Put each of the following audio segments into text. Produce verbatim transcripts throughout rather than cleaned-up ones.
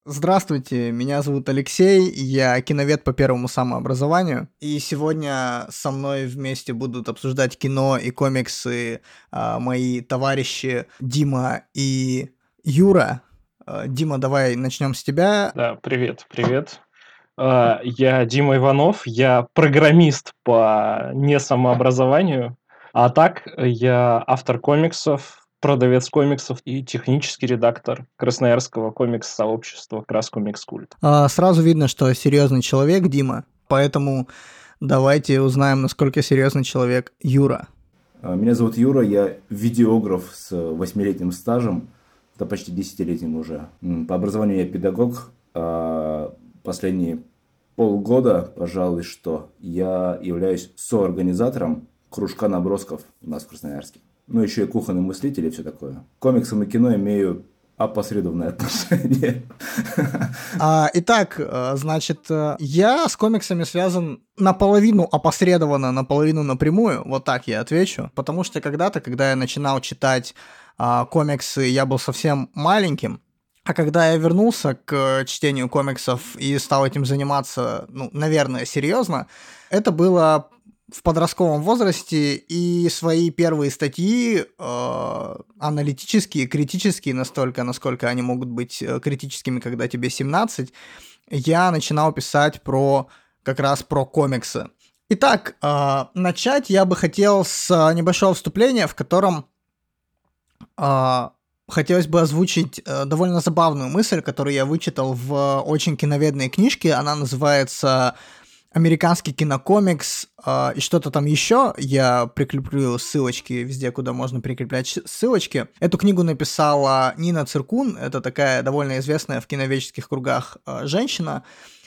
Здравствуйте, меня зовут Алексей, я киновед по первому самообразованию, и сегодня со мной вместе будут обсуждать кино и комиксы а, мои товарищи Дима и Юра. А, Дима, давай начнем с тебя. Да, привет, привет. А, Я Дима Иванов, я программист по не самообразованию, а так я автор комиксов, продавец комиксов и технический редактор красноярского комикс-сообщества «Краскомикс-культ». А, Сразу видно, что серьезный человек Дима, поэтому давайте узнаем, насколько серьезный человек Юра. Меня зовут Юра, я видеограф с восьмилетним стажем, это почти десятилетним уже. По образованию я педагог, а последние полгода, пожалуй, что я являюсь соорганизатором кружка набросков у нас в Красноярске. Ну, еще и кухонный мыслитель и все такое. К комиксам и кино имею опосредованное отношение. А, итак, значит, я с комиксами связан наполовину опосредованно, наполовину напрямую, вот так я отвечу, потому что когда-то, когда я начинал читать а, комиксы, я был совсем маленьким, а когда я вернулся к чтению комиксов и стал этим заниматься, ну, наверное, серьезно, это было в подростковом возрасте, и свои первые статьи э, аналитические, критические настолько, насколько они могут быть критическими, когда тебе семнадцать, я начинал писать про как раз про комиксы. Итак, э, начать я бы хотел с небольшого вступления, в котором э, хотелось бы озвучить э, довольно забавную мысль, которую я вычитал в очень киноведной книжке. Она называется «Американский кинокомикс» э, и что-то там еще. Я прикреплю ссылочки везде, куда можно прикреплять ссылочки. Эту книгу написала Нина Циркун. Это такая довольно известная в киноведческих кругах э, женщина.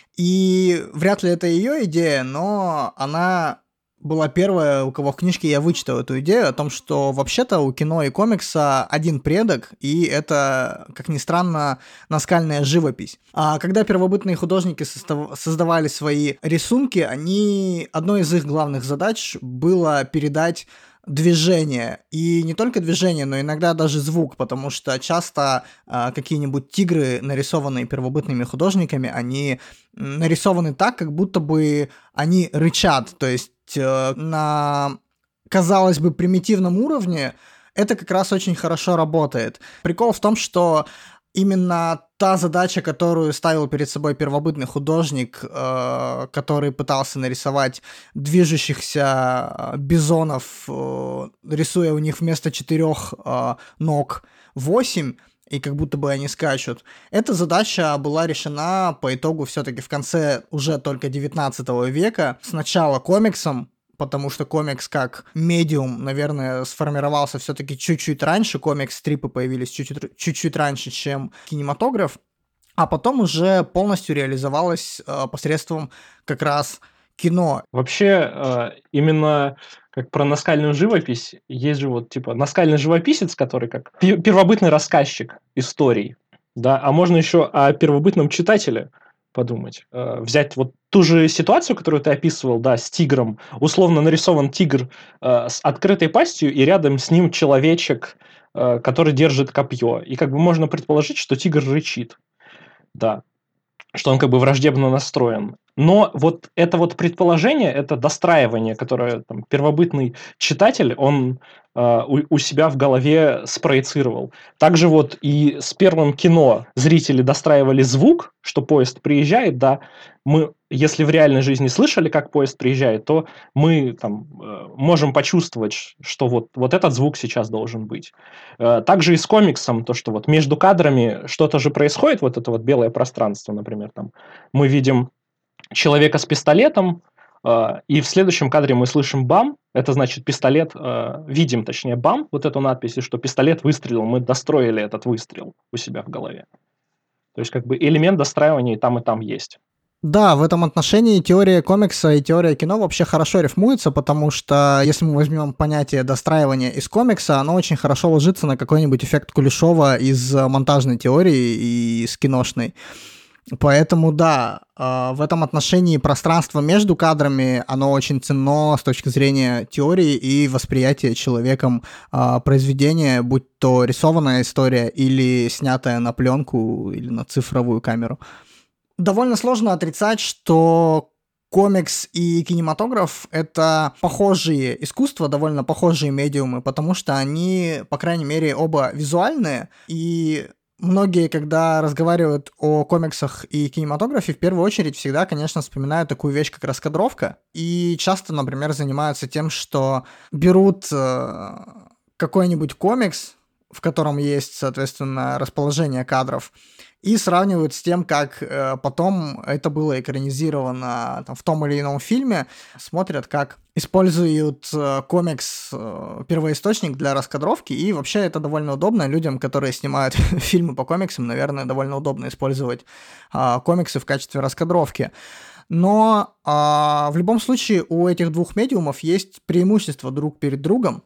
И вряд ли это ее идея, но она была первая, у кого в книжке я вычитал эту идею о том, что вообще-то у кино и комикса один предок, и это, как ни странно, наскальная живопись. А когда первобытные художники состав... создавали свои рисунки, они... одной из их главных задач было передать движение, и не только движение, но иногда даже звук, потому что часто а, какие-нибудь тигры, нарисованные первобытными художниками, они нарисованы так, как будто бы они рычат, то есть э, на, казалось бы, примитивном уровне это как раз очень хорошо работает. Прикол в том, что именно та задача, которую ставил перед собой первобытный художник, э, который пытался нарисовать движущихся бизонов, э, рисуя у них вместо четырех э, ног восемь, и как будто бы они скачут. Эта задача была решена по итогу все-таки в конце уже только девятнадцатого века. Сначала комиксом, потому что комикс как медиум, наверное, сформировался все-таки чуть-чуть раньше, комикс-стрипы появились чуть-чуть, чуть-чуть раньше, чем кинематограф, а потом уже полностью реализовалось э, посредством как раз кино. Вообще, э, именно как про наскальную живопись, есть же вот типа наскальный живописец, который как пи- первобытный рассказчик историй, да, а можно еще о первобытном читателе подумать. Э, взять вот ту же ситуацию, которую ты описывал, да, с тигром. Условно нарисован тигр э, с открытой пастью, и рядом с ним человечек, э, который держит копье. И как бы можно предположить, что тигр рычит, да, что он как бы враждебно настроен. Но вот это вот предположение, это достраивание, которое там, первобытный читатель, он э, у, у себя в голове спроецировал. Также вот и с первым кино зрители достраивали звук, что поезд приезжает, да, мы, если в реальной жизни слышали, как поезд приезжает, то мы там э, можем почувствовать, что вот, вот этот звук сейчас должен быть. Э, также и с комиксом, то, что вот между кадрами что-то же происходит, вот это вот белое пространство, например, там мы видим человека с пистолетом, э, и в следующем кадре мы слышим бам, это значит пистолет, э, видим точнее бам, вот эту надпись, и что пистолет выстрелил, мы достроили этот выстрел у себя в голове. То есть как бы элемент достраивания и там, и там есть. Да, в этом отношении теория комикса и теория кино вообще хорошо рифмуются, потому что если мы возьмем понятие достраивания из комикса, оно очень хорошо ложится на какой-нибудь эффект Кулешова из монтажной теории и из киношной. Поэтому, да, в этом отношении пространство между кадрами, оно очень ценно с точки зрения теории и восприятия человеком произведения, будь то рисованная история или снятая на пленку или на цифровую камеру. Довольно сложно отрицать, что комикс и кинематограф — это похожие искусства, довольно похожие медиумы, потому что они, по крайней мере, оба визуальные, и многие, когда разговаривают о комиксах и кинематографе, в первую очередь всегда, конечно, вспоминают такую вещь, как раскадровка, и часто, например, занимаются тем, что берут какой-нибудь комикс, в котором есть, соответственно, расположение кадров, и сравнивают с тем, как э, потом это было экранизировано там, в том или ином фильме, смотрят, как используют э, комикс, э, первоисточник для раскадровки, и вообще это довольно удобно. Людям, которые снимают фильмы по комиксам, наверное, довольно удобно использовать э, комиксы в качестве раскадровки. Но э, в любом случае у этих двух медиумов есть преимущества друг перед другом.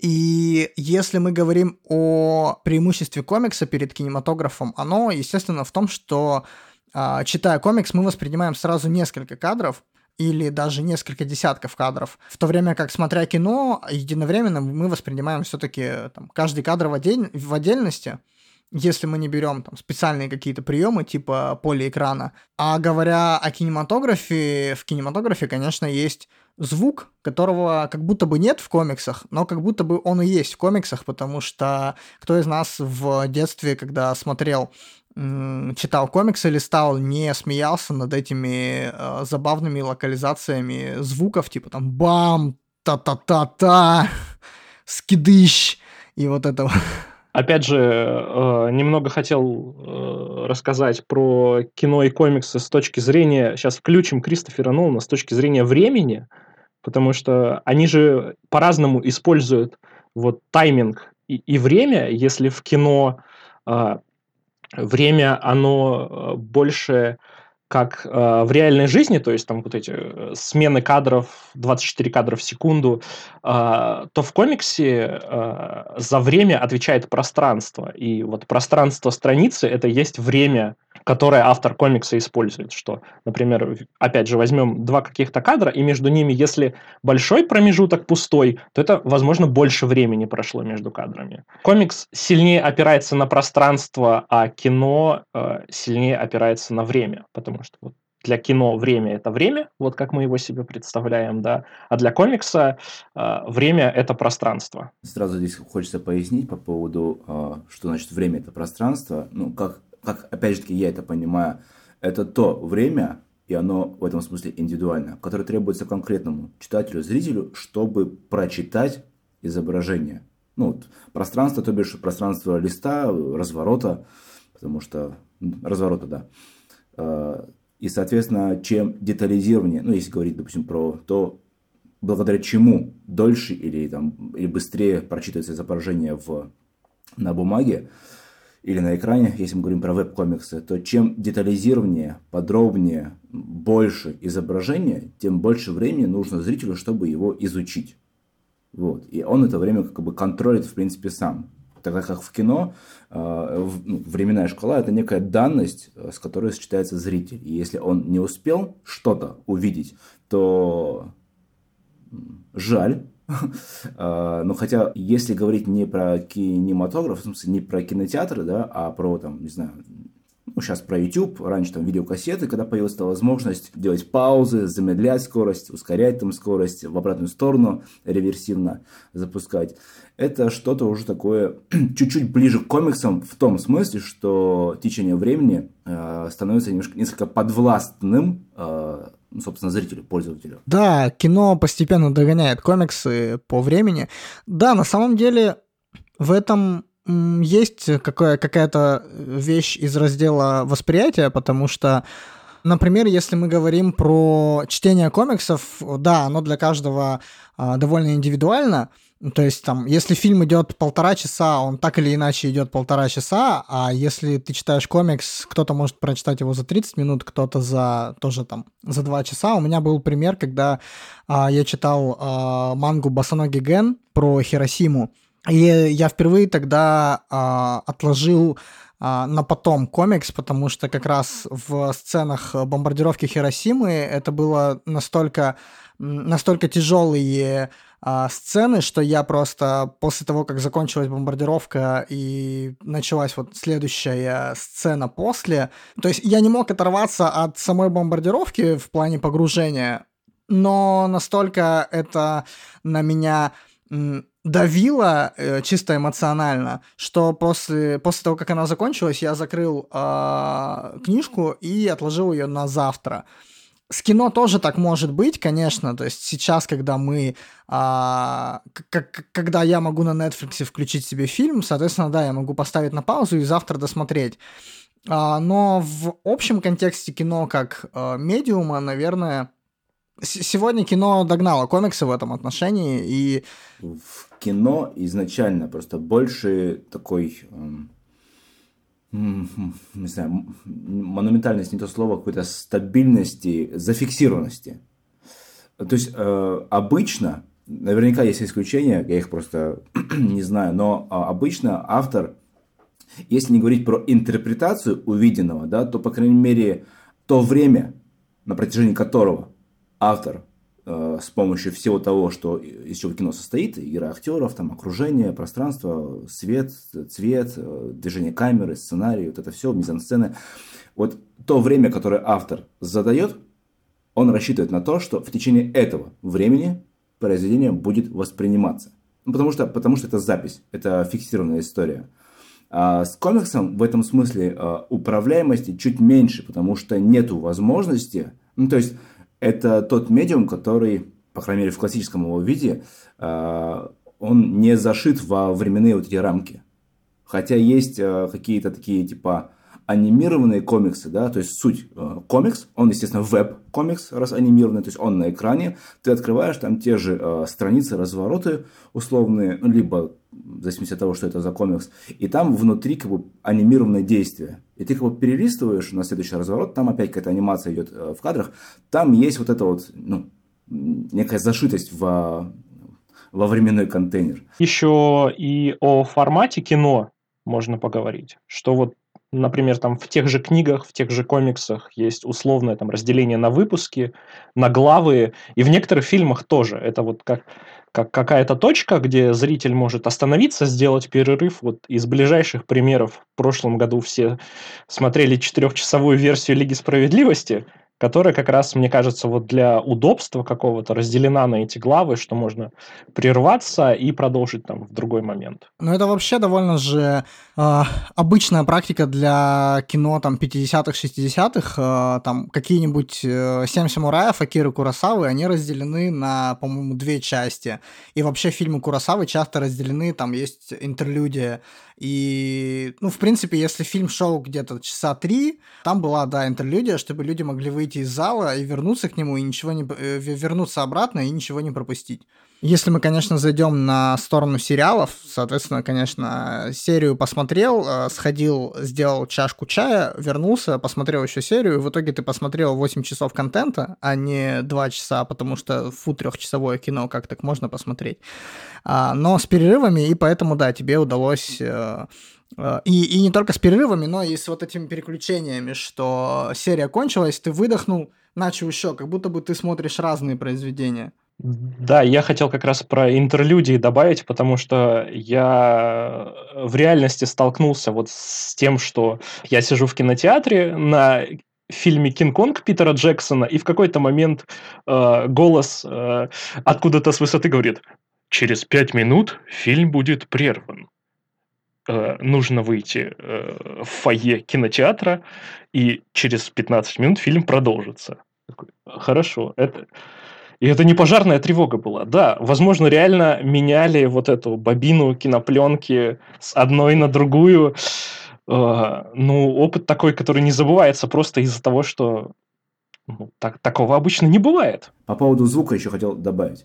И если мы говорим о преимуществе комикса перед кинематографом, оно, естественно, в том, что, читая комикс, мы воспринимаем сразу несколько кадров или даже несколько десятков кадров, в то время как, смотря кино, единовременно мы воспринимаем все-таки там, каждый кадр в, отдель... в отдельности, если мы не берем там, специальные какие-то приемы типа полиэкрана. А говоря о кинематографе, в кинематографе, конечно, есть звук, которого как будто бы нет в комиксах, но как будто бы он и есть в комиксах, потому что кто из нас в детстве, когда смотрел, читал комиксы, листал, не смеялся над этими э, забавными локализациями звуков, типа там бам, та-та-та-та, скидыщ, и вот это. Опять же, немного хотел рассказать про кино и комиксы с точки зрения, сейчас включим Кристофера Нолана с точки зрения времени, потому что они же по-разному используют вот тайминг и, и время. Если в кино э, время, оно больше как э, в реальной жизни, то есть там вот эти смены кадров, двадцать четыре кадра в секунду, э, то в комиксе э, за время отвечает пространство. И вот пространство страницы — это есть время, которое автор комикса использует. Что, например, опять же, возьмем два каких-то кадра, и между ними, если большой промежуток пустой, то это, возможно, больше времени прошло между кадрами. Комикс сильнее опирается на пространство, а кино э, сильнее опирается на время, потому что вот для кино время — это время, вот как мы его себе представляем, да, а для комикса э, время — это пространство. Сразу здесь хочется пояснить по поводу, э, что значит время — это пространство. Ну, как, как, опять же таки, я это понимаю, это то время, и оно в этом смысле индивидуально, которое требуется конкретному читателю, зрителю, чтобы прочитать изображение. Ну, вот, пространство, то бишь пространство листа, разворота, потому что... Разворота, да. И, соответственно, чем детализированнее, ну, если говорить, допустим, про то, благодаря чему дольше или, там, или быстрее прочитывается изображение в, на бумаге или на экране, если мы говорим про веб-комиксы, то чем детализированнее, подробнее, больше изображения, тем больше времени нужно зрителю, чтобы его изучить. Вот. И он это время как бы контролит, в принципе, сам. Тогда как в кино э, ну, временная шкала — это некая данность, с которой сочетается зритель. И если он не успел что-то увидеть, то жаль. Но хотя, если говорить не про кинематограф, в смысле не про кинотеатры, да, а про, там, не знаю, ну, сейчас про YouTube, раньше там видеокассеты, когда появилась эта возможность делать паузы, замедлять скорость, ускорять там скорость, в обратную сторону реверсивно запускать. Это что-то уже такое чуть-чуть ближе к комиксам в том смысле, что течение времени э, становится немножко, несколько подвластным, э, собственно, зрителю, пользователю. Да, кино постепенно догоняет комиксы по времени. Да, на самом деле в этом есть какая- какая-то вещь из раздела восприятия, потому что, например, если мы говорим про чтение комиксов, да, оно для каждого а, довольно индивидуально. То есть, там, если фильм идет полтора часа, он так или иначе идет полтора часа, а если ты читаешь комикс, кто-то может прочитать его за тридцать минут, кто-то за тоже там за два часа. У меня был пример, когда а, я читал а, мангу «Босоногий Ген» про Хиросиму. И я впервые тогда а, отложил а, на потом комикс, потому что как раз в сценах бомбардировки Хиросимы это было настолько, настолько тяжелые а, сцены, что я просто после того, как закончилась бомбардировка и началась вот следующая сцена после, то есть я не мог оторваться от самой бомбардировки в плане погружения, но настолько это на меня м, давило э, чисто эмоционально, что после, после того, как она закончилась, я закрыл э, книжку и отложил ее на завтра. С кино тоже так может быть, конечно. То есть сейчас, когда мы, а, к- когда я могу на Netflix включить себе фильм, соответственно, да, я могу поставить на паузу и завтра досмотреть. А, но в общем контексте кино как а, медиума, наверное, с- сегодня кино догнало комиксы в этом отношении, и В кино изначально просто больше такой, эм, м, не знаю, м, монументальность не то слово, какой-то стабильности, зафиксированности. То есть э, обычно, наверняка есть исключения, я их просто не знаю, но а, обычно автор, если не говорить про интерпретацию увиденного, да, то, по крайней мере, то время, на протяжении которого автор э, с помощью всего того, что из чего кино состоит, игра актеров, там, окружение, пространство, свет, цвет, э, движение камеры, сценарий, вот это все, мизансцены. Вот то время, которое автор задает, он рассчитывает на то, что в течение этого времени произведение будет восприниматься. Ну, потому что, потому что это запись, это фиксированная история. А с комиксом в этом смысле а, управляемости чуть меньше, потому что нету возможности. Ну, то есть это тот медиум, который, по крайней мере, в классическом его виде, а, он не зашит во временные вот эти рамки. Хотя есть а, какие-то такие типа анимированные комиксы, да, то есть суть э, комикс, он, естественно, веб-комикс, раз анимированный, то есть он на экране, ты открываешь там те же э, страницы, развороты условные, ну, либо в зависимости от того, что это за комикс, и там внутри как бы анимированное действие. И ты как бы перелистываешь на следующий разворот, там опять какая-то анимация идет э, в кадрах, там есть вот эта вот, ну, некая зашитость во, во временной контейнер. Еще и о формате кино можно поговорить, что вот, например, там в тех же книгах, в тех же комиксах есть условное там разделение на выпуски, на главы, и в некоторых фильмах тоже. Это вот как, как какая-то точка, где зритель может остановиться, сделать перерыв. Вот из ближайших примеров в прошлом году все смотрели четырехчасовую версию Лиги Справедливости, которая как раз, мне кажется, вот для удобства какого-то разделена на эти главы, что можно прерваться и продолжить там в другой момент. ну, это вообще довольно же э, обычная практика для кино там пятидесятых, шестидесятых. Э, там какие-нибудь э, «Семь самураев» Акиры Куросавы, они разделены на, по-моему, две части. И вообще фильмы Куросавы часто разделены, там есть интерлюдия. И, ну, в принципе, если фильм шел где-то часа три, там была, да, интерлюдия, чтобы люди могли выйти из зала и вернуться к нему, и ничего не... э, вернуться обратно и ничего не пропустить. Если мы, конечно, зайдем на сторону сериалов, соответственно, конечно, серию посмотрел, э, сходил, сделал чашку чая, вернулся, посмотрел еще серию, и в итоге ты посмотрел восемь часов контента, а не два часа, потому что фу, трехчасовое кино, как так можно посмотреть. А, но с перерывами, и поэтому, да, тебе удалось... э, э, И, и не только с перерывами, но и с вот этими переключениями, что серия кончилась, ты выдохнул, начал еще, как будто бы ты смотришь разные произведения. Да, я хотел как раз про интерлюдии добавить, потому что я в реальности столкнулся вот с тем, что я сижу в кинотеатре на фильме «Кинг-Конг» Питера Джексона, и в какой-то момент э, голос э, откуда-то с высоты говорит: «Через пять минут фильм будет прерван. Э, нужно выйти э, в фойе кинотеатра, и через пятнадцать минут фильм продолжится». Такой, хорошо, это... И это не пожарная тревога была. Да, возможно, реально меняли вот эту бобину кинопленки с одной на другую. Э, ну, опыт такой, который не забывается просто из-за того, что ну, так, такого обычно не бывает. По поводу звука еще хотел добавить.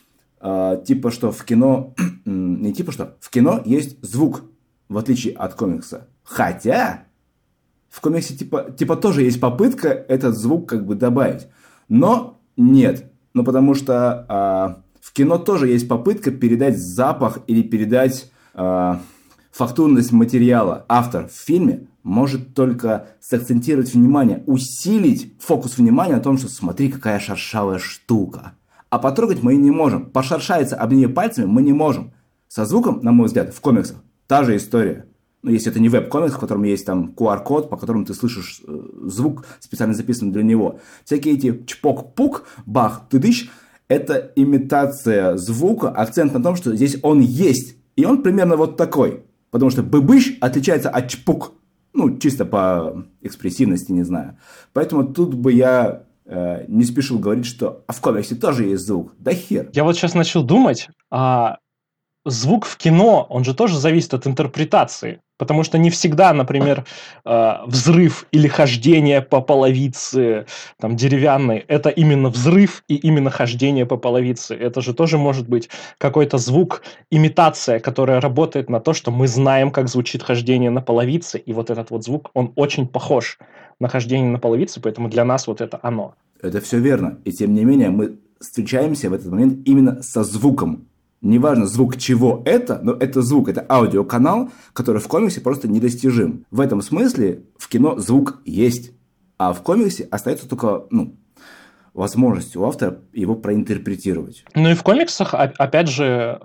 А, типа, что в кино... Не типа, что в кино есть звук, в отличие от комикса. Хотя в комиксе типа, типа тоже есть попытка этот звук как бы добавить. Но нет. Ну, потому что а, в кино тоже есть попытка передать запах или передать... А, фактурность материала автор в фильме может только сакцентировать внимание, усилить фокус внимания на том, что смотри, какая шершавая штука. А потрогать мы не можем. Пошершаться об нее пальцами мы не можем. Со звуком, на мой взгляд, в комиксах та же история. Ну, если это не веб-комикс, в котором есть там ку ар-код, по которому ты слышишь э, звук, специально записанный для него. Всякие эти чпок-пук, бах, тыдыщ, это имитация звука, акцент на том, что здесь он есть. И он примерно вот такой. Потому что быбыщ отличается от чпук. Ну, чисто по экспрессивности, не знаю. Поэтому тут бы я э, не спешил говорить, что а в комиксе тоже есть звук. Да хер. Я вот сейчас начал думать, а звук в кино, он же тоже зависит от интерпретации. Потому что не всегда, например, э, взрыв или хождение по половице там, деревянной, это именно взрыв и именно хождение по половице. Это же тоже может быть какой-то звук, имитация, которая работает на то, что мы знаем, как звучит хождение на половице, и вот этот вот звук, он очень похож на хождение на половице, поэтому для нас вот это оно. Это все верно. И тем не менее мы встречаемся в этот момент именно со звуком. Неважно, звук чего это, но это звук, это аудиоканал, который в комиксе просто недостижим. В этом смысле в кино звук есть, а в комиксе остается только, ну, возможность у автора его проинтерпретировать. Ну и в комиксах, опять же,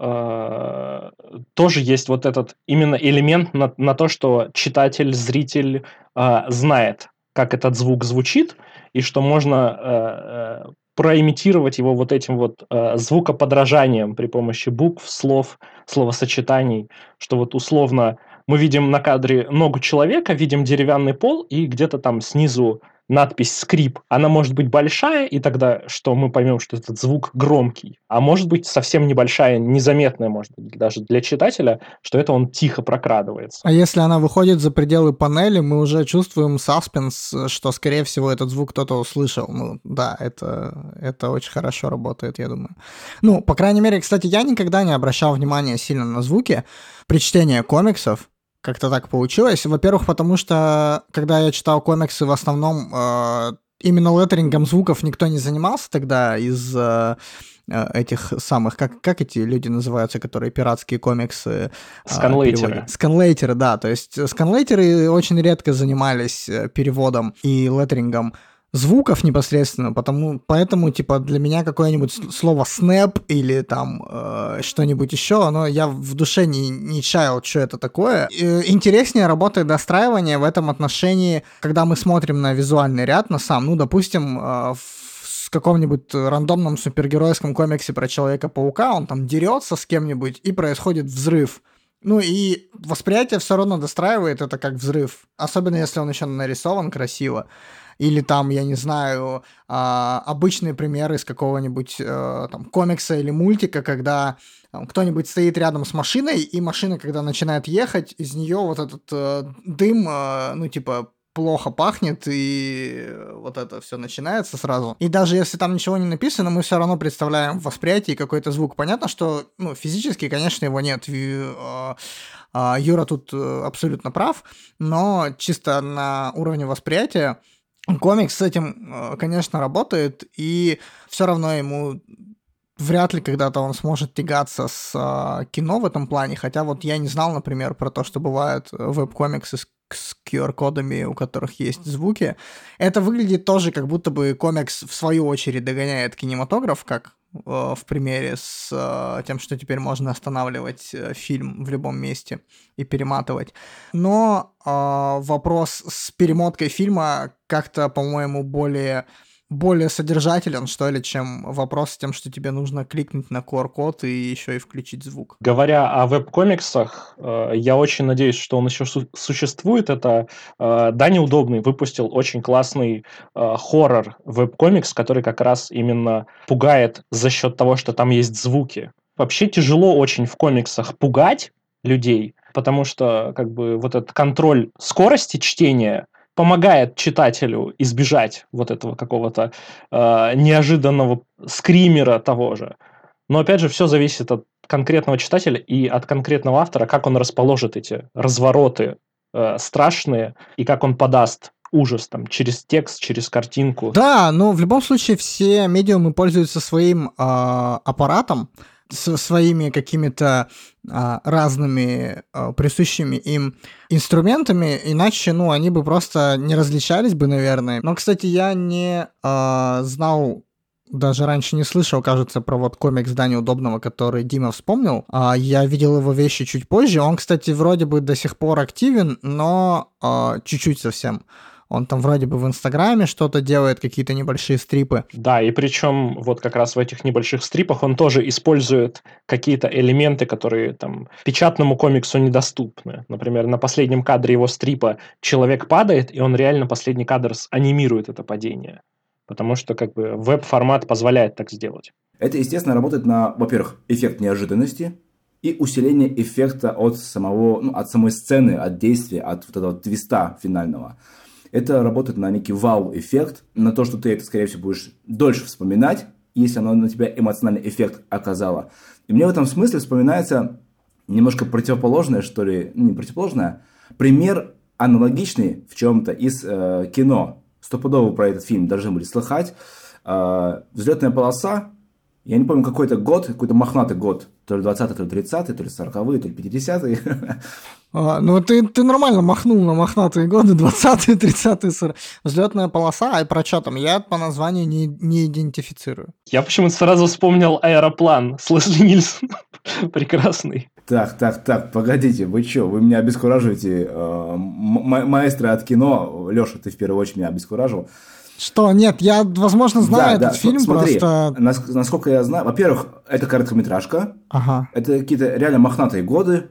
э, тоже есть вот этот именно элемент на, на то, что читатель, зритель э, знает, как этот звук звучит, и что можно э, проимитировать его вот этим вот э, звукоподражанием при помощи букв, слов, словосочетаний, что вот условно мы видим на кадре ногу человека, видим деревянный пол и где-то там снизу надпись «скрип». Она может быть большая, и тогда что мы поймем, что этот звук громкий, а может быть совсем небольшая, незаметная, может быть, даже для читателя, что это он тихо прокрадывается. А если она выходит за пределы панели, мы уже чувствуем саспенс, что, скорее всего, этот звук кто-то услышал. Ну, да, это, это очень хорошо работает, я думаю. Ну, по крайней мере, кстати, я никогда не обращал внимания сильно на звуки при чтении комиксов. Как-то так получилось. Во-первых, потому что, когда я читал комиксы, в основном э, именно леттерингом звуков никто не занимался тогда из э, этих самых, как, как эти люди называются, которые пиратские комиксы... Сканлейтеры. Э, сканлейтеры, да. То есть сканлейтеры очень редко занимались переводом и леттерингом звуков непосредственно, потому, поэтому, типа, для меня какое-нибудь слово «снэп» или там э, что-нибудь еще, оно, я в душе не, не чаял, что это такое. И интереснее работает достраивание в этом отношении, когда мы смотрим на визуальный ряд, на сам, ну, допустим, э, в каком-нибудь рандомном супергеройском комиксе про Человека-паука, он там дерется с кем-нибудь, и происходит взрыв. Ну и восприятие все равно достраивает это как взрыв, особенно если он еще нарисован красиво. Или там, я не знаю, обычные примеры из какого-нибудь там комикса или мультика, когда там, кто-нибудь стоит рядом с машиной, и машина, когда начинает ехать, из нее вот этот дым, ну типа, плохо пахнет, и вот это все начинается сразу. И даже если там ничего не написано, мы все равно представляем в восприятии какой-то звук. Понятно, что, ну, физически, конечно, его нет. Юра тут абсолютно прав, но чисто на уровне восприятия комикс с этим, конечно, работает, и все равно ему вряд ли когда-то он сможет тягаться с а, кино в этом плане, хотя вот я не знал, например, про то, что бывают веб-комиксы с, с ку ар-кодами, у которых есть звуки. Это выглядит тоже, как будто бы комикс в свою очередь догоняет кинематограф, как э, в примере с э, тем, что теперь можно останавливать э, фильм в любом месте и перематывать. Но э, вопрос с перемоткой фильма как-то, по-моему, более... более содержателен, что ли, чем вопрос с тем, что тебе нужно кликнуть на ку ар-код и еще и включить звук. Говоря о веб-комиксах, я очень надеюсь, что он еще су- существует. Это Даня Удобный выпустил очень классный хоррор веб-комикс, который как раз именно пугает за счет того, что там есть звуки. Вообще тяжело очень в комиксах пугать людей, потому что как бы вот этот контроль скорости чтения помогает читателю избежать вот этого какого-то э, неожиданного скримера того же. Но, опять же, все зависит от конкретного читателя и от конкретного автора, как он расположит эти развороты э, страшные и как он подаст ужас там, через текст, через картинку. Да, но в любом случае все медиумы пользуются своим э, аппаратом, со своими какими-то а, разными а, присущими им инструментами, иначе, ну, они бы просто не различались бы, наверное. Но, кстати, я не а, знал, даже раньше не слышал, кажется, про вот комикс Дани Удобного, который Дима вспомнил. А, я видел его вещи чуть позже. Он, кстати, вроде бы до сих пор активен, но а, чуть-чуть совсем. Он там вроде бы в Инстаграме что-то делает, какие-то небольшие стрипы. Да, и причем вот как раз в этих небольших стрипах он тоже использует какие-то элементы, которые там печатному комиксу недоступны. Например, на последнем кадре его стрипа человек падает, и он реально последний кадр анимирует это падение. Потому что как бы веб-формат позволяет так сделать. Это, естественно, работает на, во-первых, эффект неожиданности и усиление эффекта от самого, ну, от самой сцены, от действия, от вот этого твиста финального. Это работает на некий вау-эффект, на то, что ты это, скорее всего, будешь дольше вспоминать, если оно на тебя эмоциональный эффект оказало. И мне в этом смысле вспоминается немножко противоположное, что ли, не противоположное, пример аналогичный в чем-то из э, кино. Стопудово про этот фильм должны были слыхать. Э, «Взлетная полоса», я не помню, какой-то год, какой-то мохнатый год, то ли двадцатый, то ли тридцатый, то ли сороковые, то ли пятидесятые. А, ну, ты, ты нормально махнул на мохнатые годы, двадцатые, тридцатые, сорокие. Взлетная полоса, а про что там? Я по названию не, не идентифицирую. Я почему-то сразу вспомнил «Аэроплан» с Лесли Нильсон. Прекрасный. Так, так, так, погодите, вы что, вы меня обескураживаете. Ма- ма- маэстро от кино, Леша, ты в первую очередь меня обескуражил. Что, нет, я, возможно, знаю да, этот да, фильм, смотри, просто... нас- насколько я знаю, во-первых, это короткометражка, Ага. это какие-то реально мохнатые годы,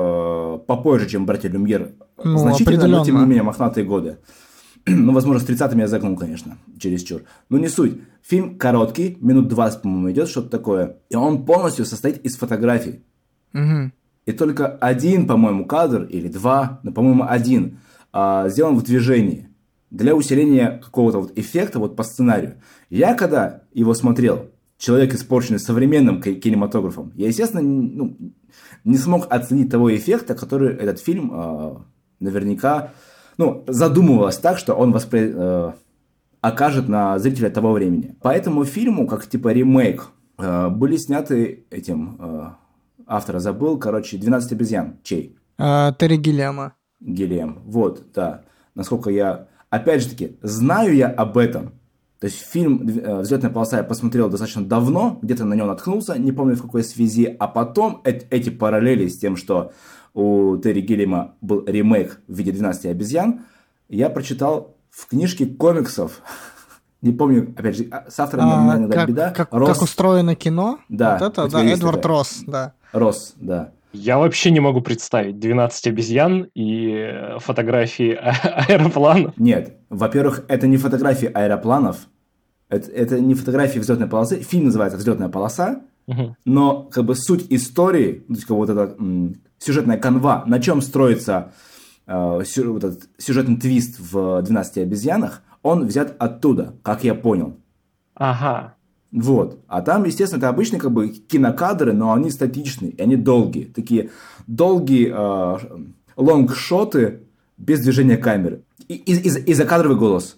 э, попозже, чем «Братья Люмьер», Ну, значительно, но тем не определенно. менее мохнатые годы. Ну, возможно, с тридцатыми я загнул, конечно, чересчур. Но не суть. Фильм короткий, минут двадцать, по-моему, идет, что-то такое, и он полностью состоит из фотографий. Мгм. И только один, по-моему, кадр, или два, но, по-моему, один, а, сделан в движении для усиления какого-то вот эффекта вот по сценарию. Я, когда его смотрел, человек, испорченный современным ки- кинематографом, я, естественно, н- ну, не смог оценить того эффекта, который этот фильм а, наверняка, ну, задумывалось так, что он воспри... э, окажет на зрителя того времени. По этому фильму, как типа ремейк, э, были сняты этим... э, автора забыл, короче, «двенадцать обезьян». Чей? А, Терри Гиллиама. Гиллиам. Вот, да. Насколько я... Опять же таки, знаю я об этом. То есть фильм э, «Взлетная полоса» я посмотрел достаточно давно, где-то на него наткнулся, не помню в какой связи, а потом э- эти параллели с тем, что у Терри Гиллиама был ремейк в виде «двенадцати обезьян», я прочитал в книжке комиксов. Не помню, опять же, с автором А, иногда как, беда. как, Росс. как устроено кино? Да, Вот это, у тебя да, есть Эдвард такая. Росс, да. Росс, да. Я вообще не могу представить двенадцать обезьян и э, фотографии а- аэропланов. Нет, во-первых, это не фотографии аэропланов, это, это не фотографии взлетной полосы. Фильм называется «Взлетная полоса», Мгм. но как бы суть истории, то есть как бы вот эта м, сюжетная канва, на чем строится э, сю- вот этот сюжетный твист в «двенадцати обезьянах», он взят оттуда, как я понял. Ага. Вот. А там, естественно, это обычные как бы кинокадры, но они статичные, и они долгие. Такие долгие э, лонгшоты без движения камеры. И, и, и, и закадровый голос.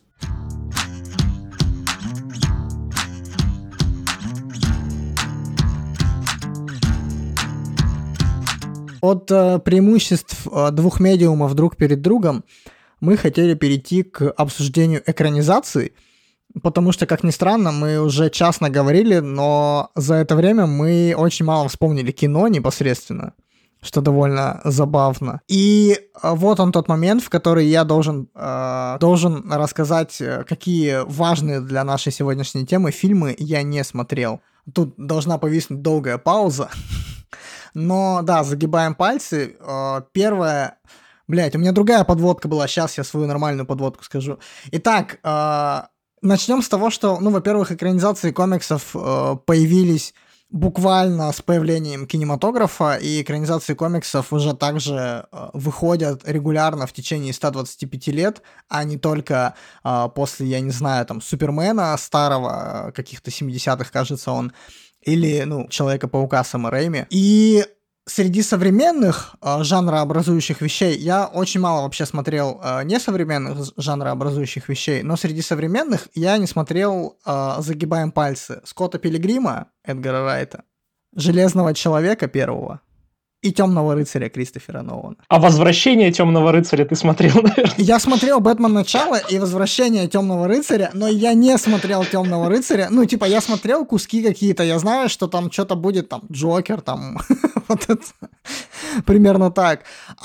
От э, преимуществ э, двух медиумов друг перед другом мы хотели перейти к обсуждению экранизации, потому что, как ни странно, мы уже час наговорили, но за это время мы очень мало вспомнили кино непосредственно, что довольно забавно. И э, вот он тот момент, в который я должен, э, должен рассказать, э, какие важные для нашей сегодняшней темы фильмы я не смотрел. Тут должна повиснуть долгая пауза. Но да, загибаем пальцы. Э, Первое... Блять, у меня другая подводка была. Сейчас я свою нормальную подводку скажу. Итак, э, начнем с того, что, ну, во-первых, экранизации комиксов э, появились буквально с появлением кинематографа, и экранизации комиксов уже также э, выходят регулярно в течение ста двадцати пяти лет, а не только э, после, я не знаю, там, Супермена старого, э, каких-то семидесятых, кажется, он, или, ну, Человека-паука Сэма Рэйми. И среди современных э, жанрообразующих вещей я очень мало вообще смотрел э, несовременных жанрообразующих вещей, но среди современных я не смотрел э, «Загибаем пальцы» Скотта Пилигрима, Эдгара Райта. Железного человека первого и Темного рыцаря Кристофера Нолана. А «Возвращение Темного рыцаря» ты смотрел, наверное? Я смотрел «Бэтмен. Начало» и «Возвращение Темного рыцаря», но я не смотрел «Темного рыцаря». Ну, типа, я смотрел куски какие-то, я знаю, что там что-то будет, там, Джокер, там, вот это, примерно так.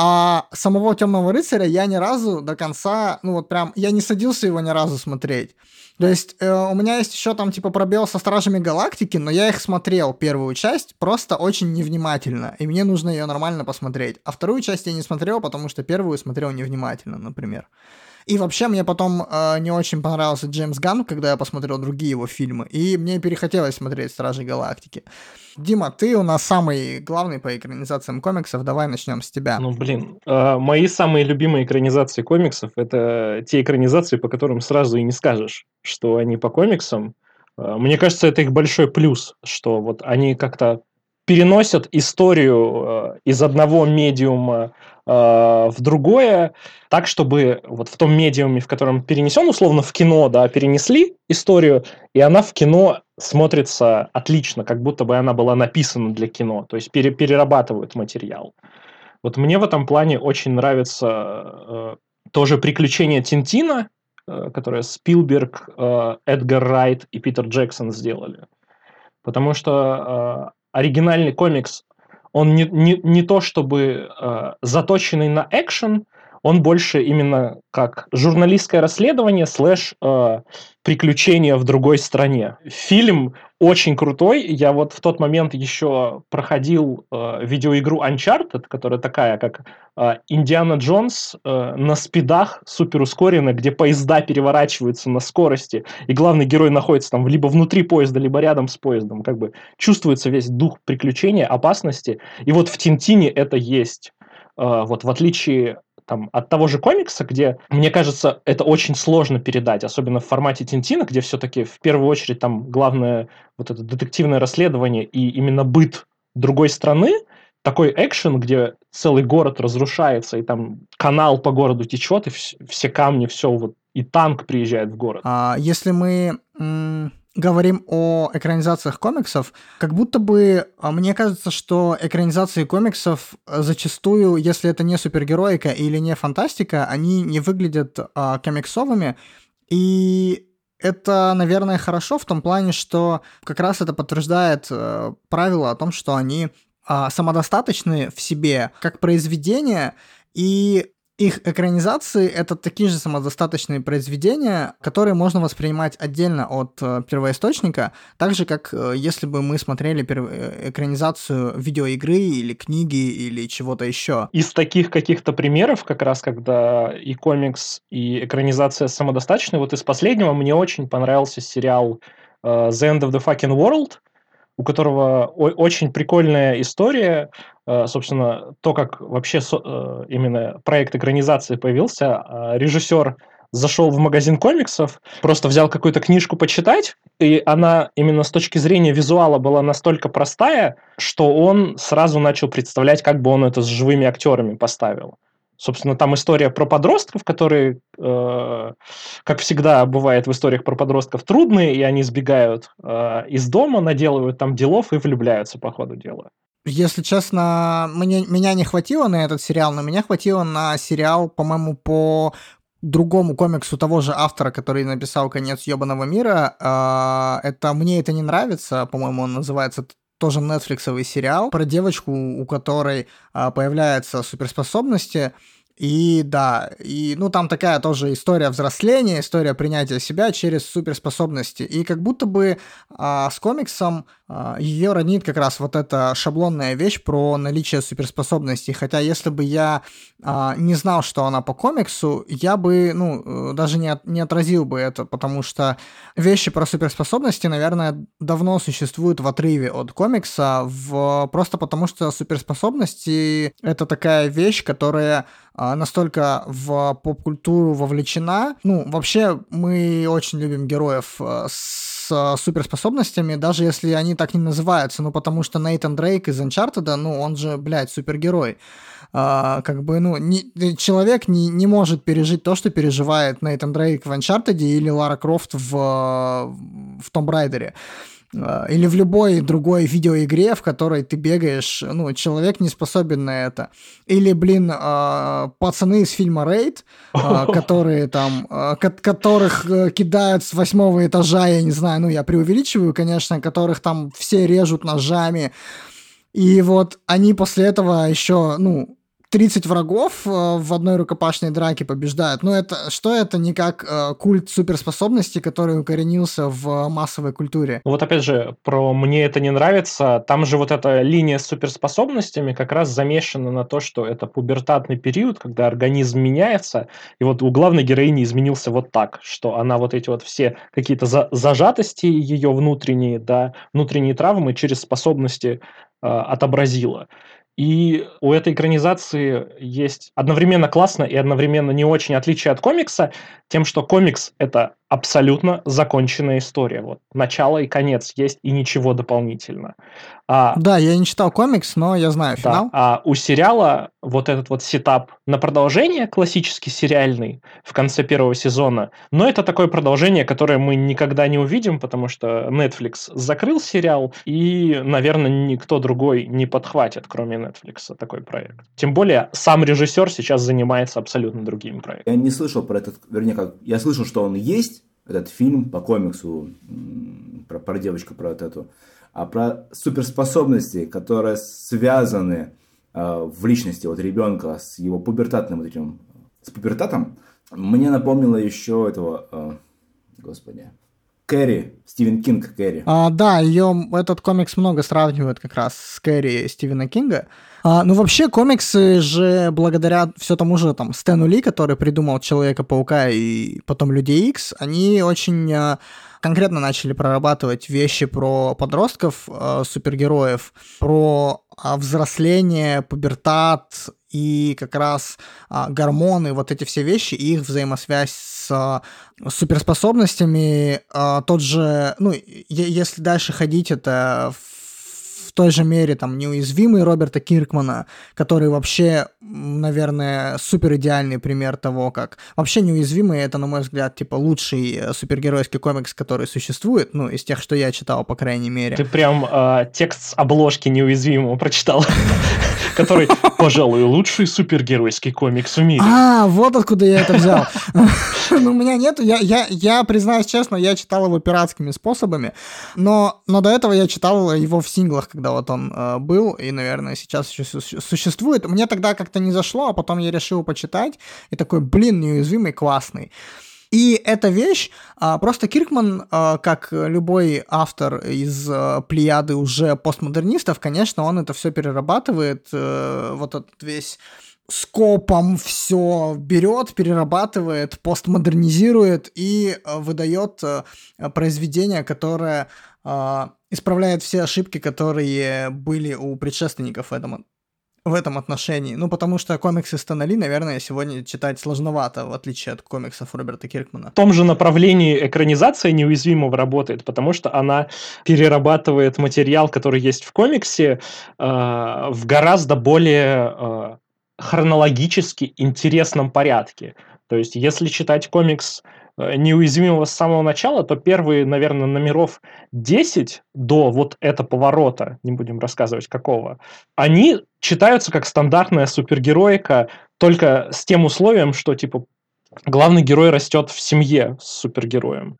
А самого «Темного рыцаря» я ни разу до конца, ну, вот прям, я не садился его ни разу смотреть. То есть э, у меня есть еще там типа пробел со Стражами Галактики, но я их смотрел, первую часть, просто очень невнимательно, и мне нужно ее нормально посмотреть. А вторую часть я не смотрел, потому что первую смотрел невнимательно, например. И вообще мне потом э, не очень понравился Джеймс Ганн, когда я посмотрел другие его фильмы, и мне перехотелось смотреть Стражи Галактики. Дима, ты у нас самый главный по экранизациям комиксов, давай начнем с тебя. Ну, блин, э, мои самые любимые экранизации комиксов — это те экранизации, по которым сразу и не скажешь, что они по комиксам. Э, мне кажется, это их большой плюс, что вот они как-то переносят историю э, из одного медиума э, в другое, так, чтобы вот в том медиуме, в котором перенесен, условно, в кино, да, перенесли историю, и она в кино смотрится отлично, как будто бы она была написана для кино, то есть пере- перерабатывают материал. Вот мне в этом плане очень нравится э, тоже «Приключения Тинтина», э, которое Спилберг, э, Эдгар Райт и Питер Джексон сделали. Потому что э, оригинальный комикс, он не, не, не то чтобы э, заточенный на экшен, он больше именно как журналистское расследование слэш э, приключения в другой стране. Фильм очень крутой. Я вот в тот момент еще проходил э, видеоигру Uncharted, которая такая, как э, Индиана Джонс э, на спидах суперускоренно, где поезда переворачиваются на скорости, и главный герой находится там либо внутри поезда, либо рядом с поездом. Как бы чувствуется весь дух приключения, опасности. И вот в Тинтине это есть. Э, вот в отличие там, от того же комикса, где, мне кажется, это очень сложно передать, особенно в формате Тинтина, где все-таки в первую очередь там главное вот это детективное расследование и именно быт другой страны, такой экшен, где целый город разрушается, и там канал по городу течет, и вс- все камни, все вот, и танк приезжает в город. А, если мы м, говорим о экранизациях комиксов, как будто бы а, мне кажется, что экранизации комиксов а, зачастую, если это не супергероика или не фантастика, они не выглядят а, комиксовыми, и это, наверное, хорошо в том плане, что как раз это подтверждает э, правило о том, что они э, самодостаточны в себе как произведения, и их экранизации — это такие же самодостаточные произведения, которые можно воспринимать отдельно от э, первоисточника, так же, как э, если бы мы смотрели перв... экранизацию видеоигры или книги или чего-то еще. Из таких каких-то примеров, как раз когда и комикс, и экранизация самодостаточны, вот из последнего мне очень понравился сериал э, The End of the Fucking World, у которого о- очень прикольная история. Э, собственно, то, как вообще со- э, именно проект экранизации появился. Э, режиссер зашел в магазин комиксов, просто взял какую-то книжку почитать, и она именно с точки зрения визуала была настолько простая, что он сразу начал представлять, как бы он это с живыми актерами поставил. Собственно, там история про подростков, которые, э, как всегда бывает в историях про подростков, трудные, и они сбегают э, из дома, наделывают там делов и влюбляются по ходу дела. Если честно, мне, меня не хватило на этот сериал, но меня хватило на сериал, по-моему, по другому комиксу того же автора, который написал «Конец ёбаного мира». А, это «Мне это не нравится», по-моему, он называется, тоже нетфликсовый сериал про девочку, у которой а, появляются суперспособности. И да, и ну там такая тоже история взросления, история принятия себя через суперспособности. И как будто бы а, с комиксом а, ее роднит как раз вот эта шаблонная вещь про наличие суперспособностей. Хотя если бы я а, не знал, что она по комиксу, я бы ну даже не, от, не отразил бы это, потому что вещи про суперспособности, наверное, давно существуют в отрыве от комикса, в, просто потому что суперспособности — это такая вещь, которая настолько в поп-культуру вовлечена. Ну, вообще, мы очень любим героев с суперспособностями, даже если они так не называются, ну, потому что Нейтан Дрейк из Uncharted, ну, он же, блядь, супергерой. А, как бы, ну, не, человек не, не может пережить то, что переживает Нейтан Дрейк в Uncharted или Лара Крофт в, в Tomb Raider. или в любой другой видеоигре, в которой ты бегаешь, ну, человек не способен на это. Или, блин, пацаны из фильма «Рейд», которые там, которых кидают с восьмого этажа, я не знаю, ну, я преувеличиваю, конечно, которых там все режут ножами. И вот они после этого еще, ну, тридцать врагов в одной рукопашной драке побеждают. Но это что это не как э, культ суперспособностей, который укоренился в массовой культуре? Вот опять же, про «мне это не нравится». Там же вот эта линия с суперспособностями как раз замешана на то, что это пубертатный период, когда организм меняется. И вот у главной героини изменился вот так, что она вот эти вот все какие-то за- зажатости ее внутренние, да, внутренние травмы через способности э, отобразила. И у этой экранизации есть одновременно классно и одновременно не очень отличие от комикса тем, что комикс – это абсолютно законченная история. Вот начало и конец есть, и ничего дополнительно. А, Да, я не читал комикс, но я знаю да, финал. а у сериала вот этот вот сетап на продолжение, классический сериальный, в конце первого сезона, но это такое продолжение, которое мы никогда не увидим, потому что Netflix закрыл сериал, и, наверное, никто другой не подхватит, кроме Netflix, такой проект. Тем более, сам режиссер сейчас занимается абсолютно другими проектами. Я не слышал про этот, вернее, как, я слышал, что он есть, этот фильм по комиксу, про, про девочку, про вот эту, а про суперспособности, которые связаны э, в личности вот ребенка с его пубертатным вот этим, с пубертатом, мне напомнило еще этого, э, господи, Кэрри, Стивен Кинг Кэрри. А, да, ее этот комикс много сравнивают как раз с Кэрри Стивена Кинга. А, ну, вообще, комиксы же благодаря все тому же там Стэну Ли, который придумал Человека-паука и потом Людей Икс, они очень а, конкретно начали прорабатывать вещи про подростков, а, супергероев, про а, взросление, пубертат и как раз а, гормоны, вот эти все вещи, и их взаимосвязь с а, суперспособностями. А, тот же, ну, е- если дальше ходить, это в той же мере там неуязвимый Роберта Киркмана, который вообще, наверное, супер идеальный пример того, как... Вообще неуязвимый — это, на мой взгляд, типа лучший супергеройский комикс, который существует, ну, из тех, что я читал, по крайней мере. Ты прям э, текст с обложки неуязвимого прочитал, который, пожалуй, лучший супергеройский комикс в мире. А, вот откуда я это взял. Ну, у меня нету, я, я, я признаюсь честно, я читал его пиратскими способами, но, но до этого я читал его в синглах, когда вот он э, был, и, наверное, сейчас еще су- существует. Мне тогда как-то не зашло, а потом я решил почитать, и такой, блин, неуязвимый, классный. И эта вещь, а, просто Киркман, а, как любой автор из а, плеяды уже постмодернистов, конечно, он это все перерабатывает, а, вот этот весь скопом все берет, перерабатывает, постмодернизирует и а, выдает а, произведение, которое а, исправляет все ошибки, которые были у предшественников в этом в этом отношении. Ну, потому что комиксы Стэна Ли, наверное, сегодня читать сложновато, в отличие от комиксов Роберта Киркмана. В том же направлении экранизация неуязвимого работает, потому что она перерабатывает материал, который есть в комиксе, э, в гораздо более э, хронологически интересном порядке. То есть, если читать комикс неуязвимого с самого начала, то первые, наверное, номеров десять до вот этого поворота, не будем рассказывать какого, они читаются как стандартная супергероика, только с тем условием, что типа главный герой растет в семье с супергероем.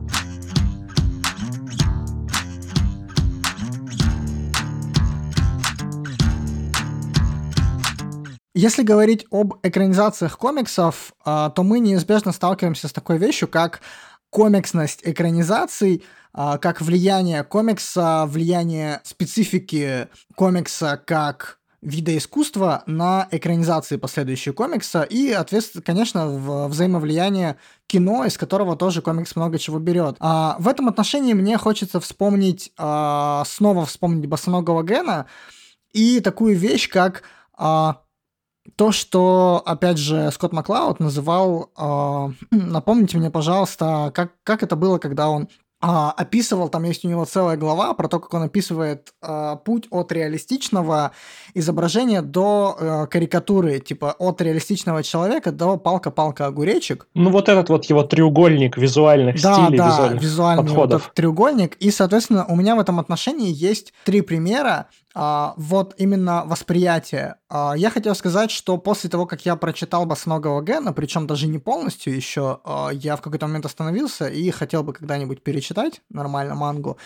Если говорить об экранизациях комиксов, то мы неизбежно сталкиваемся с такой вещью, как комиксность экранизаций, как влияние комикса, влияние специфики комикса как вида искусства на экранизации последующие комикса и, ответственно, конечно, взаимовлияние кино, из которого тоже комикс много чего берет. А в этом отношении мне хочется вспомнить, снова вспомнить босоногого Гена и такую вещь, как... То, что, опять же, Скотт Маклауд называл... Э, напомните мне, пожалуйста, как, как это было, когда он а, описывал, там есть у него целая глава про то, как он описывает а, путь от реалистичного изображения до а, карикатуры, типа от реалистичного человека до палка-палка-огуречек. Ну, вот этот вот его треугольник визуальных Да, стилей, да, визуальных визуальный вот подходов. этот треугольник. И, соответственно, у меня в этом отношении есть три примера а, вот именно восприятия. А, я хотел сказать, что после того, как я прочитал «Босоногого Гена», причем даже не полностью еще, а, я в какой-то момент остановился и хотел бы когда-нибудь перечитать нормально мангу.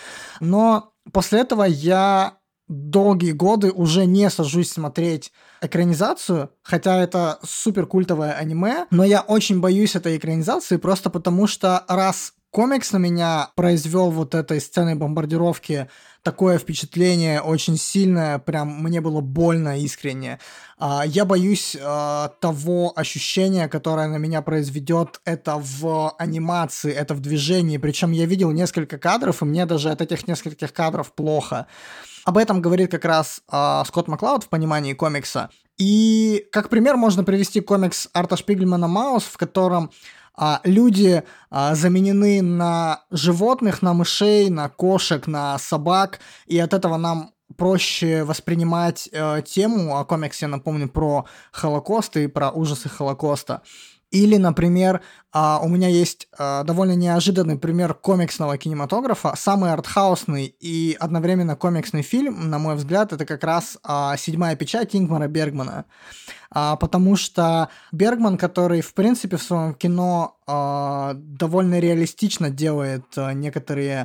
Но после этого я долгие годы уже не сажусь смотреть экранизацию, хотя это супер культовое аниме, но я очень боюсь этой экранизации просто потому, что раз комикс на меня произвел вот этой сценой бомбардировки такое впечатление очень сильное, прям мне было больно искренне. А, я боюсь а, того ощущения, которое на меня произведет это в анимации, это в движении. Причем я видел несколько кадров, и мне даже от этих нескольких кадров плохо. Об этом говорит как раз а, Скотт Маклауд в понимании комикса. И как пример можно привести комикс Арта Шпигельмана «Маус», в котором а, люди а, заменены на животных, на мышей, на кошек, на собак, и от этого нам проще воспринимать э, тему, а комикс, я напомню, про Холокост и про ужасы Холокоста. Или, например, а, у меня есть а, довольно неожиданный пример комиксного кинематографа, самый артхаусный и одновременно комиксный фильм, на мой взгляд, это как раз а, «Седьмая печать» Ингмара Бергмана. А, потому что Бергман, который, в принципе, в своем кино а, довольно реалистично делает а, некоторые...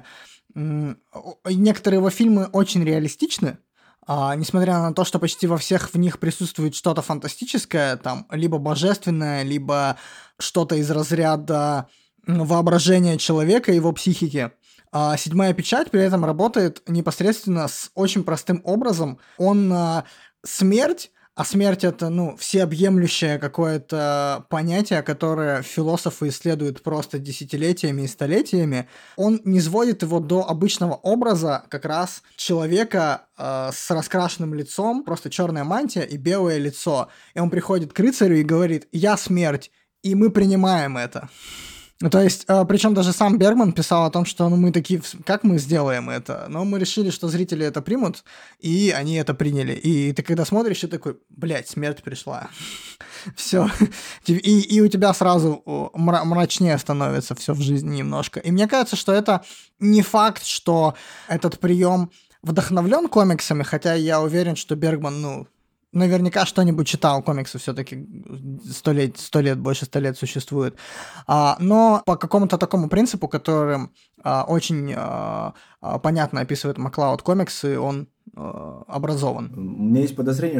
М- некоторые его фильмы очень реалистичны, а, несмотря на то, что почти во всех в них присутствует что-то фантастическое, там, либо божественное, либо что-то из разряда воображения человека, его психики. А «Седьмая печать» при этом работает непосредственно с очень простым образом. Он а, смерть, а смерть — это, ну, всеобъемлющее какое-то понятие, которое философы исследуют просто десятилетиями и столетиями. Он не сводит его до обычного образа как раз человека э, с раскрашенным лицом, просто черная мантия и белое лицо. И он приходит к рыцарю и говорит: «Я смерть», и мы принимаем это. Ну, то есть, э, причем даже сам Бергман писал о том, что ну, мы такие, как мы сделаем это? Но мы решили, что зрители это примут, и они это приняли. И ты когда смотришь, ты такой: блядь, смерть пришла. Все. И, и у тебя сразу мра- мрачнее становится все в жизни немножко. И мне кажется, что это не факт, что этот прием вдохновлен комиксами, хотя я уверен, что Бергман, ну, наверняка что-нибудь читал, комиксы все-таки сто лет, сто лет, больше ста лет существуют. А, но по какому-то такому принципу, которым а, очень а, а, понятно описывает Маклауд комиксы, он а, образован. У меня есть подозрение,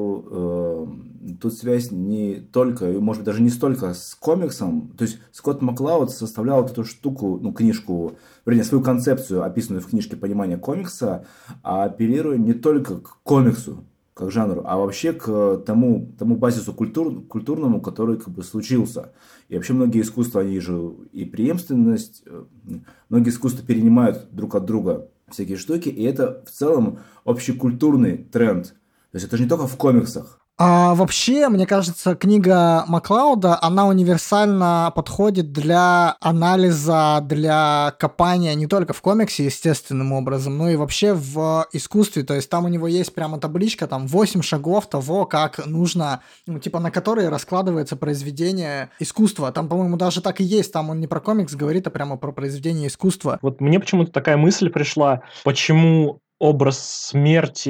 что э, тут связь не только, и, может быть, даже не столько с комиксом. То есть Скотт Маклауд составлял вот эту штуку, ну, книжку, вернее, свою концепцию, описанную в книжке «Понимание комикса», апеллируя не только к комиксу, как жанру, а вообще к тому, тому базису культур, культурному, который как бы случился. И вообще многие искусства, они же и преемственность, многие искусства перенимают друг от друга всякие штуки, и это в целом общекультурный тренд. То есть это же не только в комиксах. А вообще, мне кажется, книга Маклауда, она универсально подходит для анализа, для копания не только в комиксе естественным образом, но и вообще в искусстве. То есть там у него есть прямо табличка, там восемь шагов того, как нужно, ну, типа на которые раскладывается произведение искусства. Там, по-моему, даже так и есть. Там он не про комикс говорит, а прямо про произведение искусства. Вот мне почему-то такая мысль пришла, почему образ смерти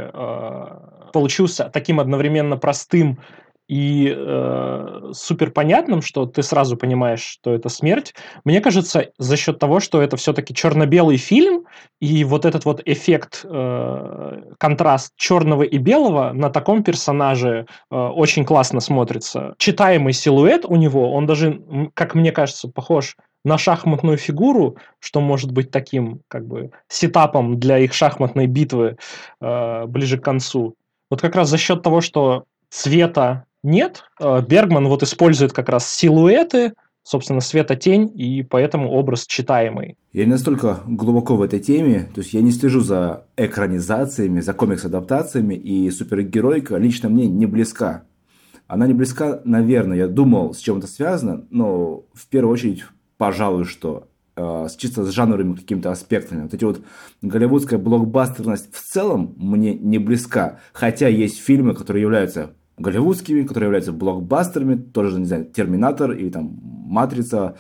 э, получился таким одновременно простым и э, суперпонятным, что ты сразу понимаешь, что это смерть. Мне кажется, за счет того, что это все-таки черно-белый фильм, и вот этот вот эффект, э, контраст черного и белого на таком персонаже э, очень классно смотрится. Читаемый силуэт у него, он даже, как мне кажется, похож на шахматную фигуру, что может быть таким как бы сетапом для их шахматной битвы э, ближе к концу. Вот как раз за счет того, что цвета нет, э, Бергман вот использует как раз силуэты, собственно, света-тень, и поэтому образ читаемый. Я не настолько глубоко в этой теме, то есть я не слежу за экранизациями, за комикс-адаптациями, и супергеройка лично мне не близка. Она не близка, наверное, я думал, с чем это связано, но в первую очередь, пожалуй, что э, с чисто с жанровыми какими-то аспектами. Вот эти вот голливудская блокбастерность в целом мне не близка. Хотя есть фильмы, которые являются голливудскими, которые являются блокбастерами, тоже, не знаю, «Терминатор» или там «Матрица»,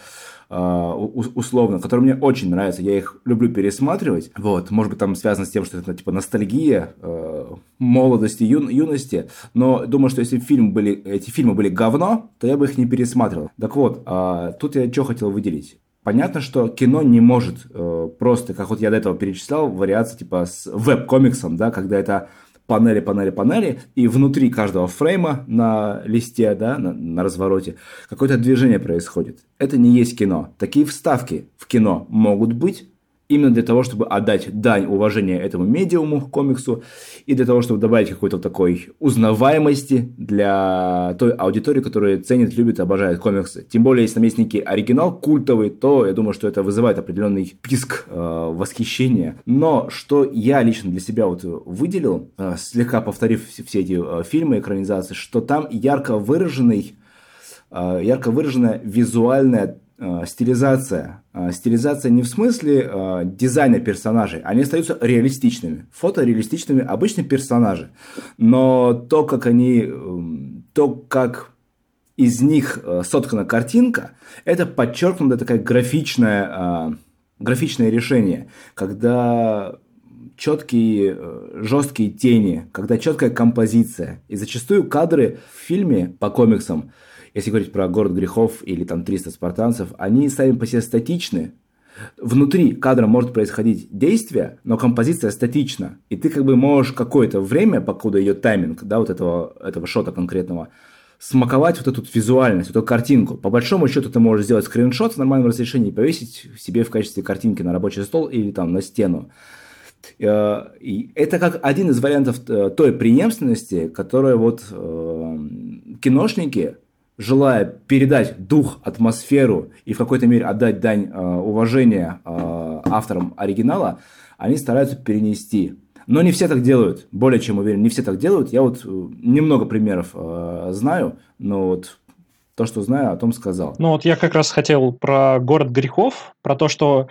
условно, которые мне очень нравятся, я их люблю пересматривать, вот, может быть, там связано с тем, что это, типа, ностальгия э, молодости, ю, юности, но думаю, что если фильм были, эти фильмы были говно, то я бы их не пересматривал. Так вот, э, тут я что хотел выделить. Понятно, что кино не может э, просто, как вот я до этого перечислял, вариации, типа, с веб-комиксом, да, когда это панели, панели, панели, и внутри каждого фрейма на листе, да, на, на развороте, какое-то движение происходит. Это не есть кино. Такие вставки в кино могут быть именно для того, чтобы отдать дань уважения этому медиуму, комиксу, и для того, чтобы добавить какой-то такой узнаваемости для той аудитории, которая ценит, любит, обожает комиксы. Тем более, если там есть некий оригинал культовый, то я думаю, что это вызывает определенный писк э, восхищения. Но что я лично для себя вот выделил, э, слегка повторив все эти э, фильмы, экранизации, что там ярко выраженный, э, ярко выраженная визуальная стилизация. Стилизация не в смысле э, дизайна персонажей, они остаются реалистичными, фотореалистичными, обычные персонажи. Но то, как они, э, то, как из них э, соткана картинка, это подчеркнутое такое графичное, э, графичное решение, когда четкие, э, жесткие тени, когда четкая композиция. И зачастую кадры в фильме по комиксам, если говорить про «Город грехов» или там «триста спартанцев», они сами по себе статичны. Внутри кадра может происходить действие, но композиция статична. И ты как бы можешь какое-то время, покуда идет тайминг, да, вот этого, этого шота конкретного, смаковать вот эту визуальность, вот эту картинку. По большому счету ты можешь сделать скриншот в нормальном разрешении и повесить себе в качестве картинки на рабочий стол или там на стену. И это как один из вариантов той преемственности, которую вот киношники, желая передать дух, атмосферу и в какой-то мере отдать дань э, уважения э, авторам оригинала, они стараются перенести. Но не все так делают, более чем уверен, не все так делают. Я вот немного примеров э, знаю, но вот то, что знаю, о том сказал. Ну вот я как раз хотел про «Город грехов», про то, что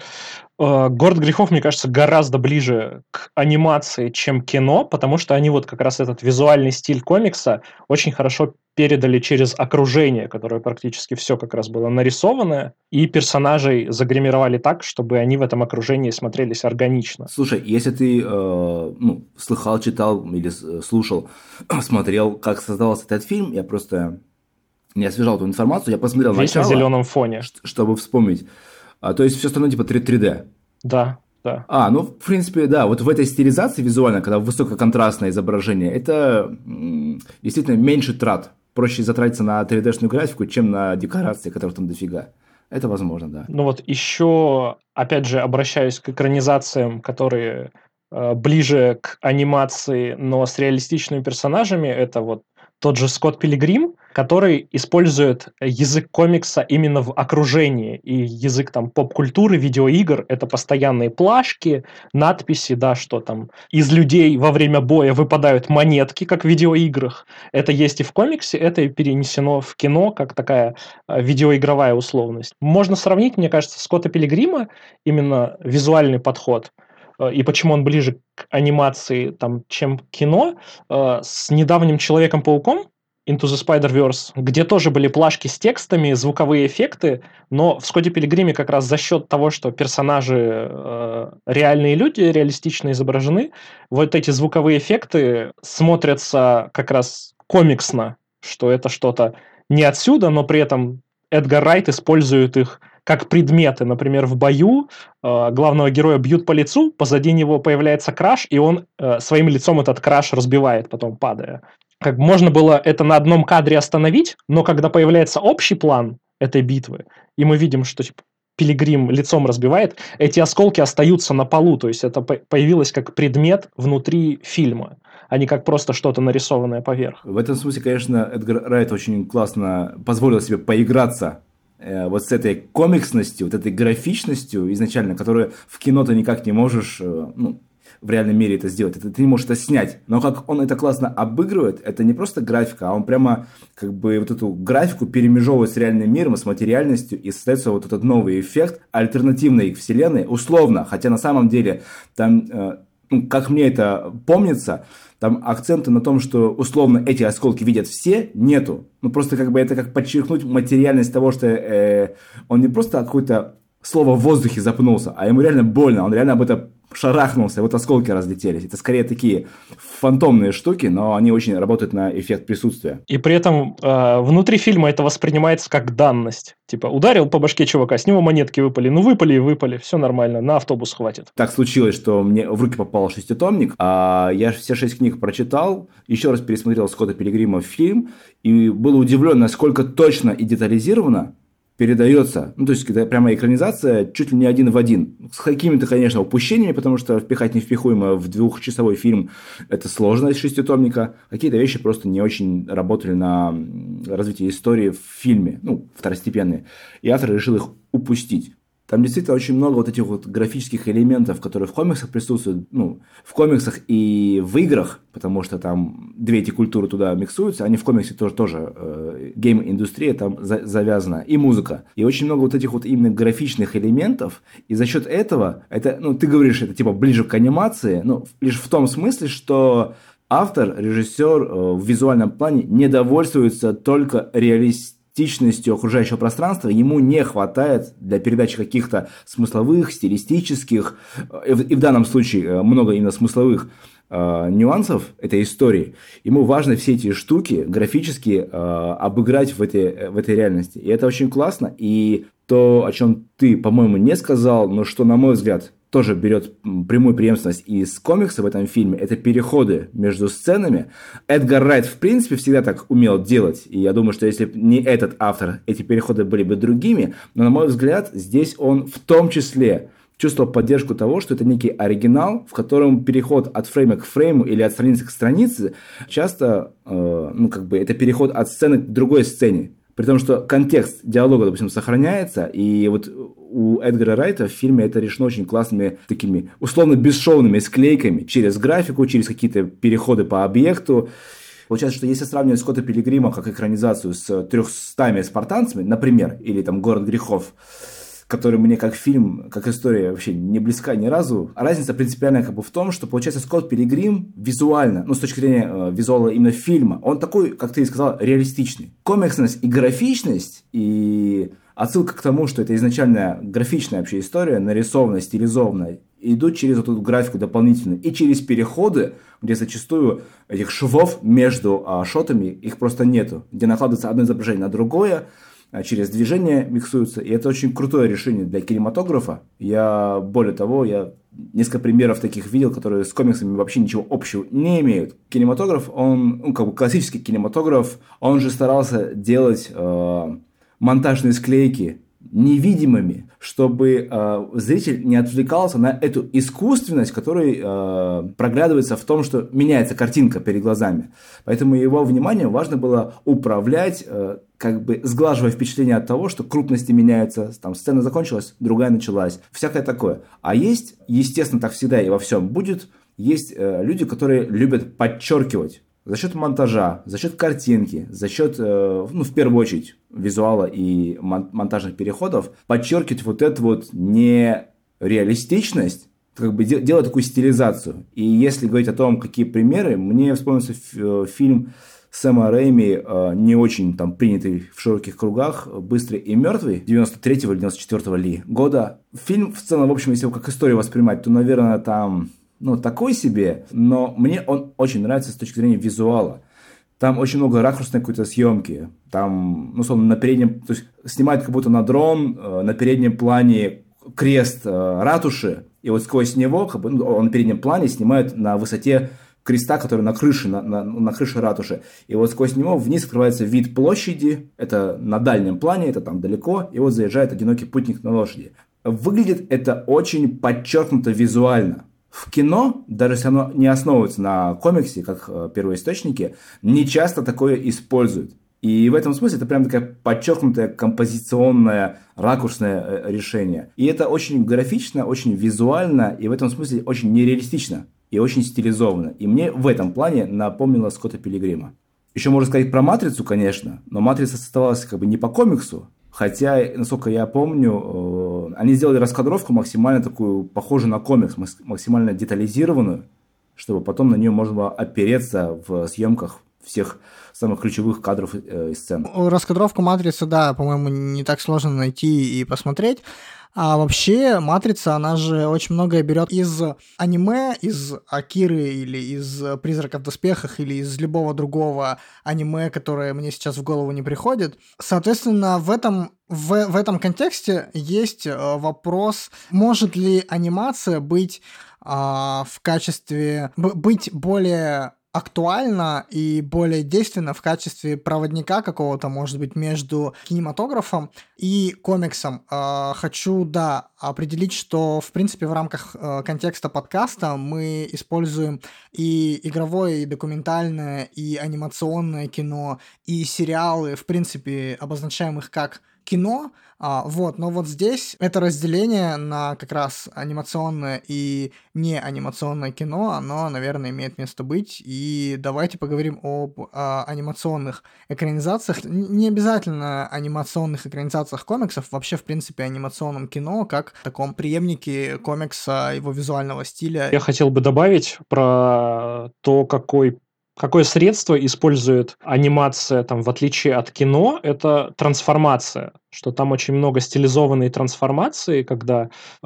э, «Город грехов», мне кажется, гораздо ближе к анимации, чем кино, потому что они вот как раз этот визуальный стиль комикса очень хорошо передали через окружение, которое практически все как раз было нарисованное, и персонажей загримировали так, чтобы они в этом окружении смотрелись органично. Слушай, если ты э, ну, слыхал, читал или слушал, смотрел, как создавался этот фильм, я просто не освежал эту информацию, я посмотрел Весь начало, на зеленом фоне. Чтобы вспомнить. А, то есть все остальное типа три дэ. Да. Да. А, ну, в принципе, да, вот в этой стилизации визуально, когда высококонтрастное изображение, это м- действительно меньше трат. Проще затратиться на три дэ-шную графику, чем на декорации, которых там дофига. Это возможно, да. Ну вот еще, опять же, обращаюсь к экранизациям, которые э, ближе к анимации, но с реалистичными персонажами. Это вот тот же Скотт Пилигрим, который использует язык комикса именно в окружении. И язык там поп-культуры, видеоигр — это постоянные плашки, надписи, да, что там из людей во время боя выпадают монетки, как в видеоиграх. Это есть и в комиксе, это и перенесено в кино, как такая видеоигровая условность. Можно сравнить, мне кажется, Скотта Пилигрима, именно визуальный подход, и почему он ближе к анимации, там, чем к кино, э, с недавним Человеком-пауком Into the Spider-Verse, где тоже были плашки с текстами, звуковые эффекты, но в Скотте Пилигриме как раз за счет того, что персонажи э, реальные люди, реалистично изображены, вот эти звуковые эффекты смотрятся как раз комиксно, что это что-то не отсюда, но при этом Эдгар Райт использует их как предметы. Например, в бою э, главного героя бьют по лицу, позади него появляется краш, и он э, своим лицом этот краш разбивает, потом падая. Как можно было это на одном кадре остановить, но когда появляется общий план этой битвы, и мы видим, что типа, Пилигрим лицом разбивает, эти осколки остаются на полу, то есть это появилось как предмет внутри фильма, а не как просто что-то нарисованное поверх. В этом смысле, конечно, Эдгар Райт очень классно позволил себе поиграться вот с этой комиксностью, вот этой графичностью изначально, которую в кино ты никак не можешь, ну, в реальном мире это сделать, это, ты не можешь это снять. Но как он это классно обыгрывает, это не просто графика, а он прямо как бы вот эту графику перемежевывает с реальным миром, с материальностью, и создается вот этот новый эффект альтернативной вселенной, условно, хотя на самом деле там, э, ну, как мне это помнится, там акцента на том, что условно эти осколки видят все, нету. Ну, просто как бы это как подчеркнуть материальность того, что э, он не просто какое-то слово в воздухе запнулся, а ему реально больно, он реально об этом шарахнулся, вот осколки разлетелись. Это скорее такие фантомные штуки, но они очень работают на эффект присутствия. И при этом э, внутри фильма это воспринимается как данность. Типа, ударил по башке чувака, с него монетки выпали. Ну, выпали и выпали, все нормально, на автобус хватит. Так случилось, что мне в руки попал шеститомник, а я все шесть книг прочитал, еще раз пересмотрел Скотта Пилигрима фильм, и был удивлен, насколько точно и детализировано передается, ну, то есть, это прямо экранизация чуть ли не один в один. С какими-то, конечно, упущениями, потому что впихать невпихуемо в двухчасовой фильм это сложно из шеститомника. Какие-то вещи просто не очень работали на развитие истории в фильме, ну, второстепенные. И автор решил их упустить. Там действительно очень много вот этих вот графических элементов, которые в комиксах присутствуют, ну, в комиксах и в играх, потому что там две эти культуры туда миксуются, они в комиксе тоже, тоже э, гейм-индустрия там за, завязана, и музыка. И очень много вот этих вот именно графичных элементов, и за счет этого, это, ну, ты говоришь, это типа ближе к анимации, ну, лишь в том смысле, что автор, режиссер э, в визуальном плане не довольствуется только реалистичностью, окружающего пространства, ему не хватает для передачи каких-то смысловых, стилистических, и в, и в данном случае много именно смысловых э, нюансов этой истории. Ему важно все эти штуки графически э, обыграть в этой, в этой реальности. И это очень классно. И то, о чем ты, по-моему, не сказал, но что, на мой взгляд, тоже берет прямую преемственность из комикса в этом фильме, это переходы между сценами. Эдгар Райт, в принципе, всегда так умел делать, и я думаю, что если бы не этот автор, эти переходы были бы другими, но, на мой взгляд, здесь он в том числе чувствовал поддержку того, что это некий оригинал, в котором переход от фрейма к фрейму или от страницы к странице часто, э, ну, как бы, это переход от сцены к другой сцене. При том, что контекст диалога, допустим, сохраняется, и вот у Эдгара Райта в фильме это решено очень классными такими условно бесшовными склейками через графику, через какие-то переходы по объекту. Получается, что если сравнивать Скотта Пилигрима как экранизацию с трехстами спартанцами, например, или там «Город грехов», который мне как фильм, как история вообще не близка ни разу. А разница принципиальная как бы в том, что, получается, Скотт Пилигрим визуально, ну, с точки зрения э, визуала именно фильма, он такой, как ты и сказал, реалистичный. Комиксность и графичность, и отсылка к тому, что это изначально графичная вообще история, нарисованная, стилизованная, идут через вот эту графику дополнительную и через переходы, где зачастую этих швов между а, шотами, их просто нету, где накладывается одно изображение на другое, через движение миксуются, и это очень крутое решение для кинематографа. Я, более того, я несколько примеров таких видел, которые с комиксами вообще ничего общего не имеют. Кинематограф, он, ну, как бы классический кинематограф, он же старался делать э, монтажные склейки невидимыми, чтобы э, зритель не отвлекался на эту искусственность, которая э, проглядывается в том, что меняется картинка перед глазами. Поэтому его вниманием важно было управлять, э, как бы сглаживая впечатление от того, что крупности меняются, там сцена закончилась, другая началась, всякое такое. А есть, естественно, так всегда и во всем будет, есть э, люди, которые любят подчеркивать за счет монтажа, за счет картинки, за счет, э, ну, в первую очередь, визуала и мон- монтажных переходов, подчеркивать вот эту вот нереалистичность, как бы де- делать такую стилизацию. И если говорить о том, какие примеры, мне вспомнился ф- фильм Сэма Рэйми, э, не очень там принятый в широких кругах, «Быстрый и мертвый», девяносто третьего или девяносто четвёртого ли года. Фильм в целом, в общем, если его как историю воспринимать, то, наверное, там... ну, такой себе, но мне он очень нравится с точки зрения визуала. Там очень много ракурсной какой-то съемки. Там, ну, условно, на переднем... То есть, снимают как будто на дрон, э, на переднем плане крест э, ратуши, и вот сквозь него, как бы, ну, он на переднем плане снимают на высоте креста, который на крыше, на, на, на крыше ратуши. И вот сквозь него вниз открывается вид площади, это на дальнем плане, это там далеко, и вот заезжает одинокий путник на лошади. Выглядит это очень подчеркнуто визуально. В кино, даже если оно не основывается на комиксе, как э, первоисточники, не часто такое используют. И в этом смысле это прям такое подчеркнутое композиционное, ракурсное решение. И это очень графично, очень визуально, и в этом смысле очень нереалистично и очень стилизованно. И мне в этом плане напомнило Скотта Пилигрима. Еще можно сказать про «Матрицу», конечно, но «Матрица» создавалась как бы не по комиксу, хотя, насколько я помню, они сделали раскадровку максимально такую, похожую на комикс, максимально детализированную, чтобы потом на нее можно было опереться в съемках всех самых ключевых кадров и сцен. Раскадровку «Матрицы», да, по-моему, не так сложно найти и посмотреть. А вообще, «Матрица», она же очень многое берет из аниме, из «Акиры» или из «Призраков в доспехах», или из любого другого аниме, которое мне сейчас в голову не приходит. Соответственно, в этом, в, в этом контексте есть вопрос, может ли анимация быть а, в качестве... быть более... актуально и более действенно в качестве проводника какого-то, может быть, между кинематографом и комиксом. Э, хочу, да, определить, что, в принципе, в рамках э, контекста подкаста мы используем и игровое, и документальное, и анимационное кино, и сериалы, в принципе, обозначаем их как кино, а, вот, но вот здесь это разделение на как раз анимационное и не анимационное кино, оно, наверное, имеет место быть, и давайте поговорим об а, анимационных экранизациях, не обязательно анимационных экранизациях комиксов, вообще, в принципе, анимационном кино, как в таком преемнике комикса, его визуального стиля. Я хотел бы добавить про то, какой Какое средство использует анимация, там, в отличие от кино, это трансформация, что там очень много стилизованной трансформации, когда э,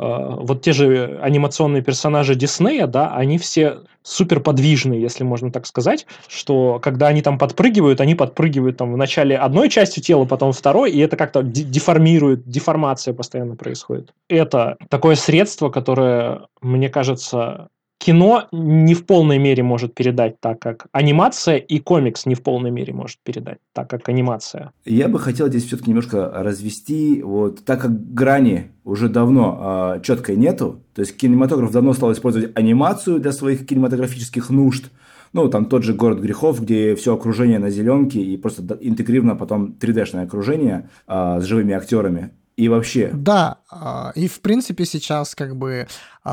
вот те же анимационные персонажи Диснея, да, они все суперподвижные, если можно так сказать, что когда они там подпрыгивают, они подпрыгивают там вначале одной частью тела, потом второй, и это как-то деформирует, деформация постоянно происходит. Это такое средство, которое, мне кажется... Кино не в полной мере может передать так, как анимация, и комикс не в полной мере может передать так, как анимация. Я бы хотел здесь все-таки немножко развести, вот, так как грани уже давно э, четкой нету, то есть кинематограф давно стал использовать анимацию для своих кинематографических нужд, ну, там тот же «Город грехов», где все окружение на зеленке и просто интегрировано потом три дэ-шное окружение э, с живыми актерами. И вообще... Да, и в принципе сейчас как бы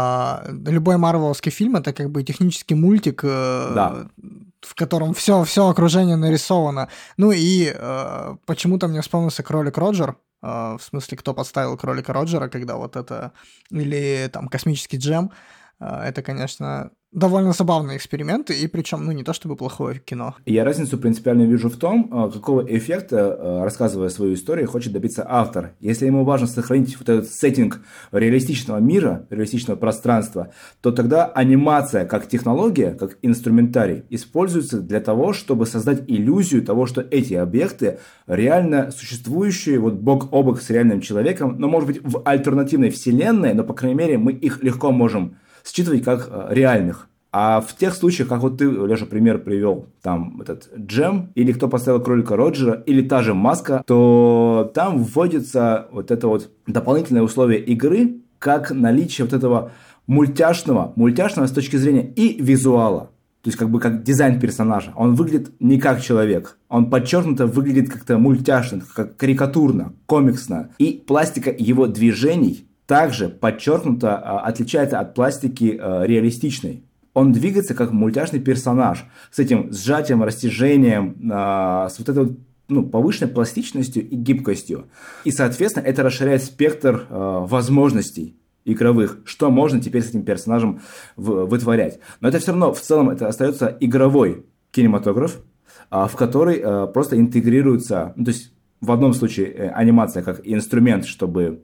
любой марвеловский фильм — это как бы технический мультик, да, в котором все, все окружение нарисовано. Ну и почему-то мне вспомнился «Кролик Роджер», в смысле, кто подставил кролика Роджера, когда вот это... Или там «Космический джем». Это, конечно... довольно забавные эксперименты, и причем, ну, не то чтобы плохое кино. Я разницу принципиально вижу в том, какого эффекта, рассказывая свою историю, хочет добиться автор. Если ему важно сохранить вот этот сеттинг реалистичного мира, реалистичного пространства, то тогда анимация как технология, как инструментарий, используется для того, чтобы создать иллюзию того, что эти объекты реально существующие, вот бок о бок с реальным человеком, но, может быть, в альтернативной вселенной, но, по крайней мере, мы их легко можем считывать как реальных. А в тех случаях, как вот ты, Леша, пример привел, там этот джем, или кто поставил кролика Роджера, или та же маска, то там вводится вот это вот дополнительное условие игры, как наличие вот этого мультяшного, мультяшного с точки зрения и визуала. То есть как бы как дизайн персонажа. Он выглядит не как человек. Он подчеркнуто выглядит как-то мультяшно, как карикатурно, комиксно. И пластика его движений также подчеркнуто а, отличается от пластики а, реалистичной. Он двигается как мультяшный персонаж с этим сжатием, растяжением, а, с вот этой вот, ну, повышенной пластичностью и гибкостью. И, соответственно, это расширяет спектр а, возможностей игровых, что можно теперь с этим персонажем в, вытворять. Но это все равно в целом это остается игровой кинематограф, а, в который а, просто интегрируется, ну, то есть в одном случае анимация как инструмент, чтобы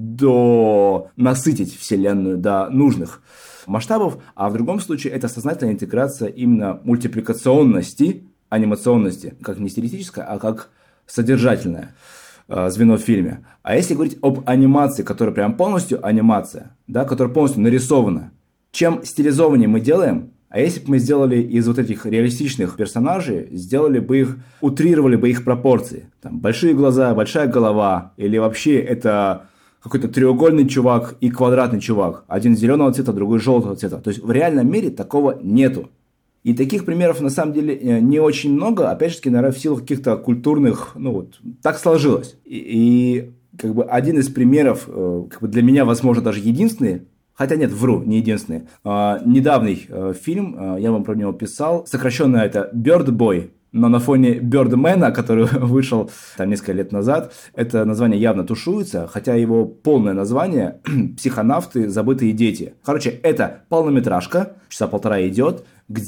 до насытить вселенную до нужных масштабов, а в другом случае это сознательная интеграция именно мультипликационности, анимационности, как не стилистическая, а как содержательное э, звено в фильме. А если говорить об анимации, которая прям полностью анимация, да, которая полностью нарисована, чем стилизованнее мы делаем, а если бы мы сделали из вот этих реалистичных персонажей, сделали бы их, утрировали бы их пропорции, там большие глаза, большая голова, или вообще это какой-то треугольный чувак и квадратный чувак. Один зеленого цвета, другой желтого цвета. То есть в реальном мире такого нету. И таких примеров, на самом деле, не очень много, опять же, наверное, в силу каких-то культурных, ну вот, так сложилось. И, и как бы один из примеров, как бы для меня, возможно, даже единственный, хотя нет, вру, не единственный, а, недавний а, фильм, а, я вам про него писал, сокращенно это «Bird Boy», но на фоне Birdman, который вышел там несколько лет назад, это название явно тушуется, хотя его полное название «Психонавты. Забытые дети». Короче, это полнометражка, часа полтора идет,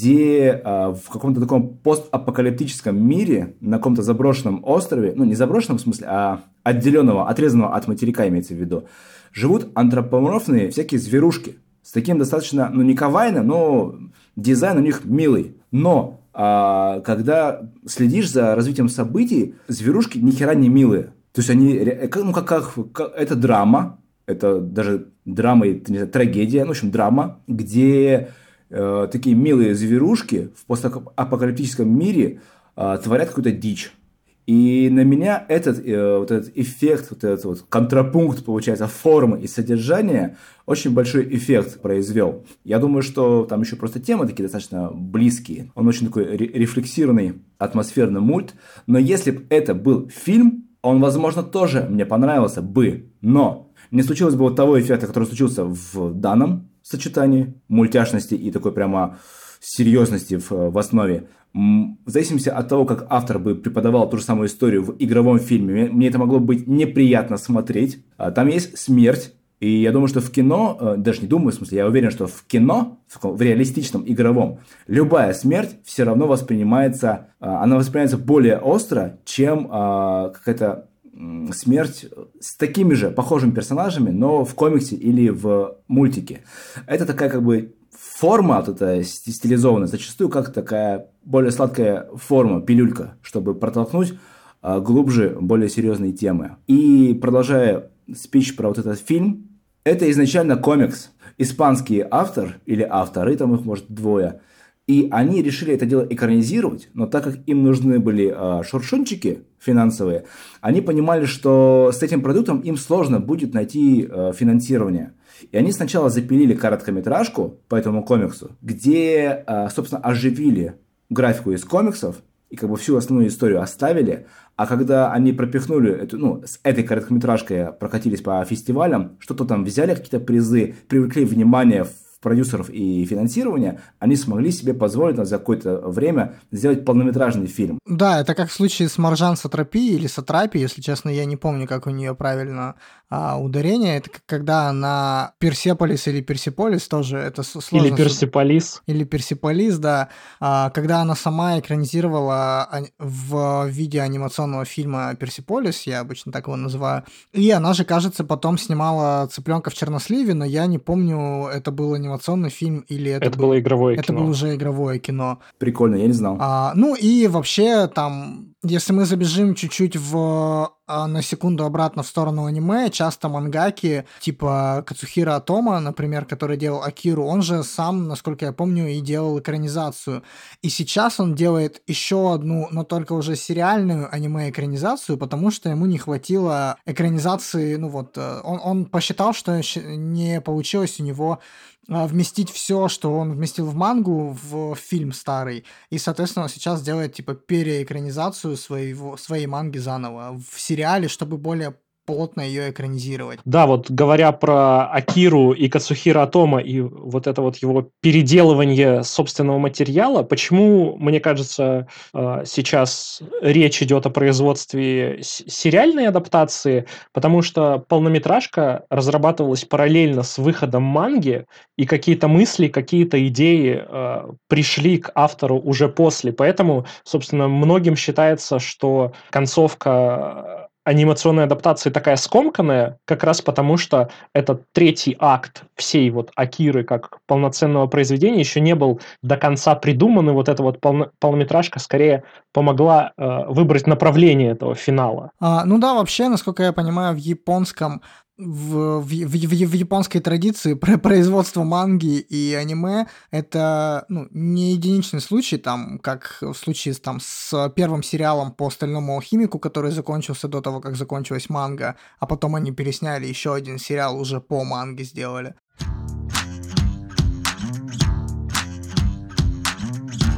где а, в каком-то таком постапокалиптическом мире, на каком-то заброшенном острове, ну не заброшенном в смысле, а отделенного, отрезанного от материка имеется в виду, живут антропоморфные всякие зверушки. С таким достаточно, ну не кавайным, но дизайн у них милый. Но а, когда следишь за развитием событий, зверушки ни хера не милые. То есть они, ну как, как, как это драма, это даже драма, не знаю, трагедия, ну в общем драма, где э, такие милые зверушки в постапокалиптическом мире э, творят какую-то дичь. И на меня этот, э, вот этот эффект, вот этот вот контрапункт, получается, формы и содержания очень большой эффект произвел. Я думаю, что там еще просто темы такие достаточно близкие. Он очень такой ре- рефлексированный, атмосферный мульт. Но если бы это был фильм, он, возможно, тоже мне понравился бы. Но не случилось бы вот того эффекта, который случился в данном сочетании мультяшности и такой прямо серьезности в, в основе. В зависимости от того, как автор бы преподавал ту же самую историю в игровом фильме, мне это могло быть неприятно смотреть. Там есть смерть, и я думаю, что в кино, даже не думаю, в смысле, я уверен, что в кино, в реалистичном игровом, любая смерть все равно воспринимается, она воспринимается более остро, чем какая-то смерть с такими же похожими персонажами, но в комиксе или в мультике. Это такая как бы форма вот эта стилизованная, зачастую как такая более сладкая форма, пилюлька, чтобы протолкнуть а, глубже более серьезные темы. И продолжая спич про вот этот фильм, это изначально комикс. Испанский автор или авторы, там их может двое, и они решили это дело экранизировать, но так как им нужны были а, шуршунчики финансовые, они понимали, что с этим продуктом им сложно будет найти а, финансирование. И они сначала запилили короткометражку по этому комиксу, где, собственно, оживили графику из комиксов и как бы всю основную историю оставили. А когда они пропихнули эту, ну, с этой короткометражкой прокатились по фестивалям, что-то там взяли, какие-то призы, привлекли внимание продюсеров и финансирования, они смогли себе позволить за какое-то время сделать полнометражный фильм. Да, это как в случае с Маржан Сатрапи или Сатрапи, если честно, я не помню, как у нее правильно а, ударение. Это когда она Персеполис или Персеполис тоже, это сложно. Или Персеполис. Или Персеполис, да. А, когда она сама экранизировала в виде анимационного фильма Персеполис, я обычно так его называю, и она же, кажется, потом снимала «Цыпленка в черносливе», но я не помню, это было не анимационный фильм или это, это был, было игровое это кино. было уже игровое кино. Прикольно, я не знал. А, ну и вообще там, если мы забежим чуть-чуть в на секунду обратно в сторону аниме, часто мангаки, типа Кацухира Отома, например, который делал Акиру, он же сам, насколько я помню, и делал экранизацию. И сейчас он делает еще одну, но только уже сериальную аниме-экранизацию, потому что ему не хватило экранизации, ну вот, он, он посчитал, что не получилось у него вместить все, что он вместил в мангу, в фильм старый. И, соответственно, он сейчас делает, типа, переэкранизацию своего, своей манги заново в сериале, чтобы более плотно ее экранизировать. Да, вот говоря про Акиру и Кацухира Отома и вот это вот его переделывание собственного материала, почему, мне кажется, сейчас речь идет о производстве сериальной адаптации, потому что полнометражка разрабатывалась параллельно с выходом манги, и какие-то мысли, какие-то идеи э, пришли к автору уже после. Поэтому, собственно, многим считается, что концовка анимационной адаптации такая скомканная, как раз потому, что этот третий акт всей вот Акиры как полноценного произведения еще не был до конца придуман, и вот эта вот полно- полнометражка скорее помогла э, выбрать направление этого финала. А, ну да, вообще, насколько я понимаю, в японском В, в, в, в японской традиции производство манги и аниме это ну, не единичный случай, там, как в случае там, с первым сериалом по «Стальному алхимику», который закончился до того, как закончилась манга, а потом они пересняли еще один сериал, уже по манге сделали.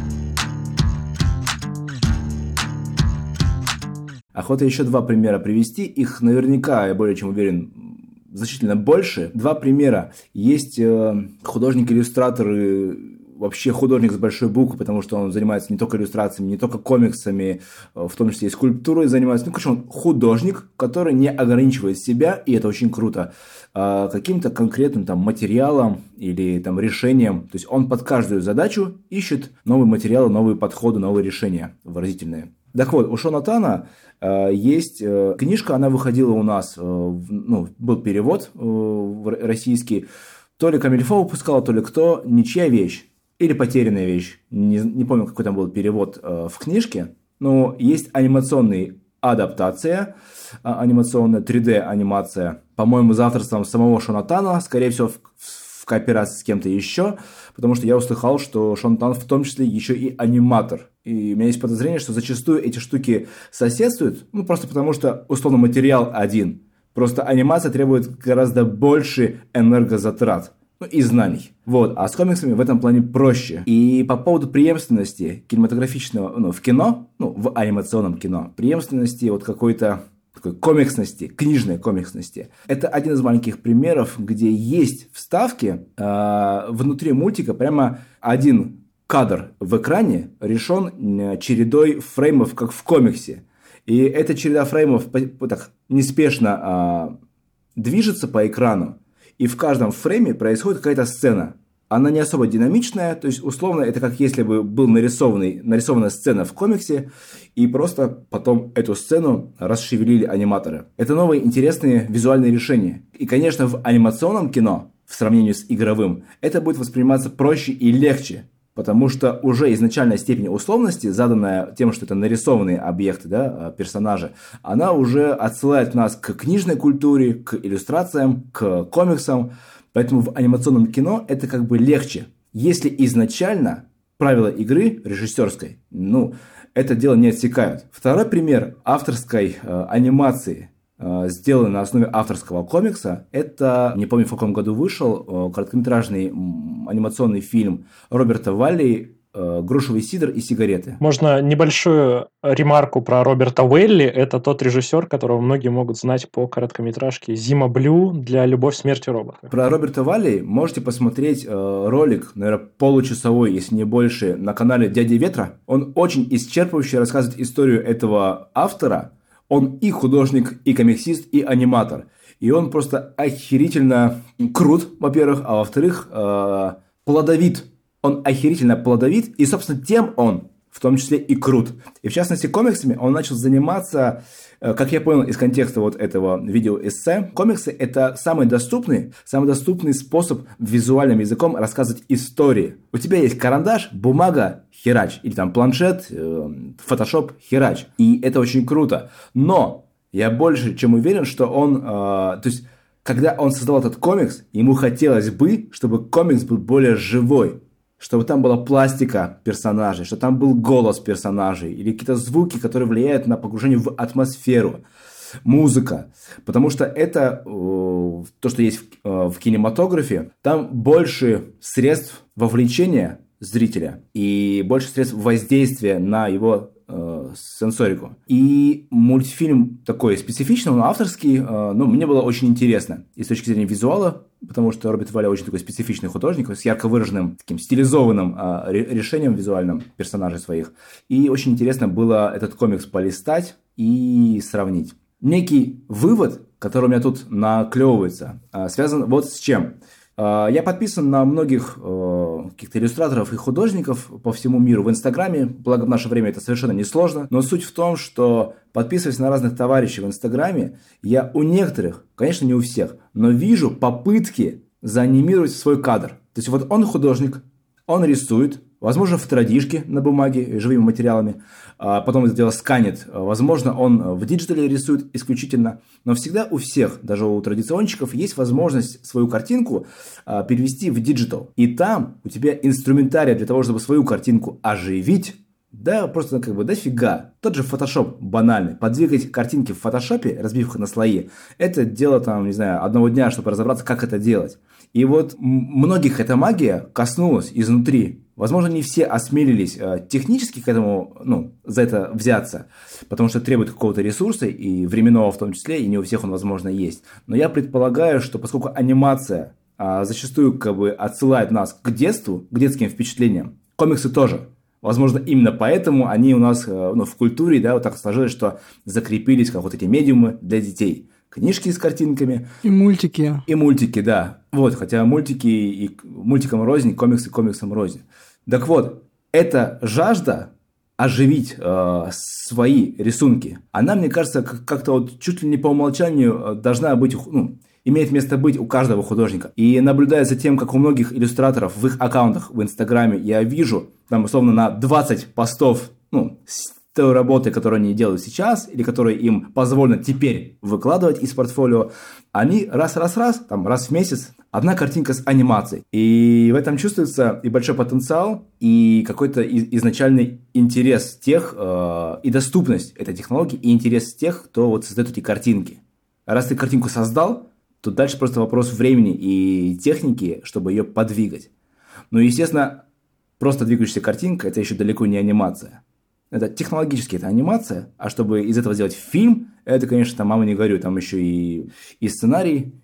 Охота еще два примера привести. Их наверняка, я более чем уверен, значительно больше. Два примера. Есть э, художник-иллюстратор, вообще художник с большой буквы, потому что он занимается не только иллюстрациями, не только комиксами, в том числе и скульптурой занимается. Ну, короче, он художник, который не ограничивает себя, и это очень круто, э, каким-то конкретным там материалом или там решением. То есть он под каждую задачу ищет новые материалы, новые подходы, новые решения выразительные. Так вот, у Шона Тана э, есть э, книжка, она выходила у нас, э, в, ну, был перевод э, российский, то ли Камильфо выпускала, то ли кто, «Ничья вещь» или «Потерянная вещь», не, не помню, какой там был перевод э, в книжке, но есть анимационная адаптация, э, анимационная три дэ-анимация, по-моему, за авторством самого Шона Тана, скорее всего, в, в кооперации с кем-то еще, потому что я услыхал, что Шон Тан в том числе еще и аниматор. И у меня есть подозрение, что зачастую эти штуки соседствуют, ну, просто потому что, условно, материал один. Просто анимация требует гораздо больше энергозатрат, ну, и знаний. Вот. А с комиксами в этом плане проще. И по поводу преемственности кинематографичного, ну, в кино, ну, в анимационном кино, преемственности вот какой-то такой комиксности, книжной комиксности. Это один из маленьких примеров, где есть вставки э, внутри мультика, прямо один кадр в экране решен чередой фреймов, как в комиксе. И эта череда фреймов так неспешно э, движется по экрану, и в каждом фрейме происходит какая-то сцена. Она не особо динамичная, то есть, условно, это как если бы был нарисованный, нарисована сцена в комиксе, и просто потом эту сцену расшевелили аниматоры. Это новые интересные визуальные решения. И, конечно, в анимационном кино, в сравнении с игровым, это будет восприниматься проще и легче, потому что уже изначальная степень условности, заданная тем, что это нарисованные объекты, да, персонажи, она уже отсылает нас к книжной культуре, к иллюстрациям, к комиксам. Поэтому в анимационном кино это как бы легче. Если изначально правила игры режиссерской, ну, это дело не отсекают. Второй пример авторской э, анимации, э, сделанной на основе авторского комикса, это, не помню в каком году вышел, э, короткометражный м, анимационный фильм Роберта Валли «Грушевый сидр и сигареты». Можно небольшую ремарку про Роберта Уэлли. Это тот режиссер, которого многие могут знать по короткометражке «Зима Блю» для «Любовь, смерть и роботы». Про Роберта Валли можете посмотреть э, ролик, наверное, получасовой, если не больше, на канале «Дяди Ветра». Он очень исчерпывающе рассказывает историю этого автора. Он и художник, и комиксист, и аниматор. И он просто охерительно крут, во-первых, а во-вторых, э, плодовит. Он охерительно плодовит, и, собственно, тем он, в том числе, и крут. И, в частности, комиксами он начал заниматься, как я понял из контекста вот этого видеоэссе, комиксы – это самый доступный, самый доступный способ визуальным языком рассказывать истории. У тебя есть карандаш, бумага, херач, или там планшет, фотошоп, херач. И это очень круто. Но я больше чем уверен, что он, э, то есть, когда он создал этот комикс, ему хотелось бы, чтобы комикс был более живой. Чтобы там была пластика персонажей, чтобы там был голос персонажей или какие-то звуки, которые влияют на погружение в атмосферу, музыка. Потому что это, э, то, что есть в, э, в кинематографе, там больше средств вовлечения зрителя и больше средств воздействия на его э, сенсорику. И мультфильм такой специфичный, он авторский, э, ну, мне было очень интересно. И с точки зрения визуала, потому что Роберт Валли очень такой специфичный художник, с ярко выраженным, таким стилизованным э, решением визуальным персонажей своих. И очень интересно было этот комикс полистать и сравнить. Некий вывод, который у меня тут наклевывается, э, связан вот с чем. Я подписан на многих э, каких-то иллюстраторов и художников по всему миру в Инстаграме, благо в наше время это совершенно несложно, но суть в том, что подписываясь на разных товарищей в Инстаграме, я у некоторых, конечно не у всех, но вижу попытки заанимировать свой кадр. То есть вот он художник, он рисует, возможно, в традишке на бумаге, живыми материалами, а потом это дело сканит. Возможно, он в диджитале рисует исключительно. Но всегда у всех, даже у традиционщиков, есть возможность свою картинку а, перевести в диджитал. И там у тебя инструментарий для того, чтобы свою картинку оживить, да, просто как бы дофига. Тот же Photoshop банальный. Подвигать картинки в фотошопе, разбив их на слои, это дело там, не знаю, одного дня, чтобы разобраться, как это делать. И вот многих эта магия коснулась изнутри. Возможно, не все осмелились э, технически к этому, ну, за это взяться, потому что требует какого-то ресурса, и временного в том числе, и не у всех он, возможно, есть. Но я предполагаю, что поскольку анимация э, зачастую как бы отсылает нас к детству, к детским впечатлениям, комиксы тоже. Возможно, именно поэтому они у нас э, ну, в культуре, да, вот так сложилось, что закрепились как вот эти медиумы для детей. Книжки с картинками. И мультики. И мультики, да. Вот, хотя мультики и мультикам рознь, комиксы комиксам рознь. Так вот, эта жажда оживить э, свои рисунки, она, мне кажется, как-то вот чуть ли не по умолчанию должна быть, ну, имеет место быть у каждого художника. И наблюдая за тем, как у многих иллюстраторов в их аккаунтах в Инстаграме я вижу, там, условно, на двадцать постов, ну, с той работы, которую они делают сейчас, или которые им позволено теперь выкладывать из портфолио, они раз-раз-раз, там, раз в месяц, одна картинка с анимацией. И в этом чувствуется и большой потенциал, и какой-то изначальный интерес тех, э, и доступность этой технологии, и интерес тех, кто вот создает эти картинки. Раз ты картинку создал, то дальше просто вопрос времени и техники, чтобы ее подвигать. Ну, естественно, просто двигающаяся картинка – это еще далеко не анимация. Это технологически это анимация, а чтобы из этого сделать фильм, это, конечно, там, мама не говорю, там еще и, и сценарий,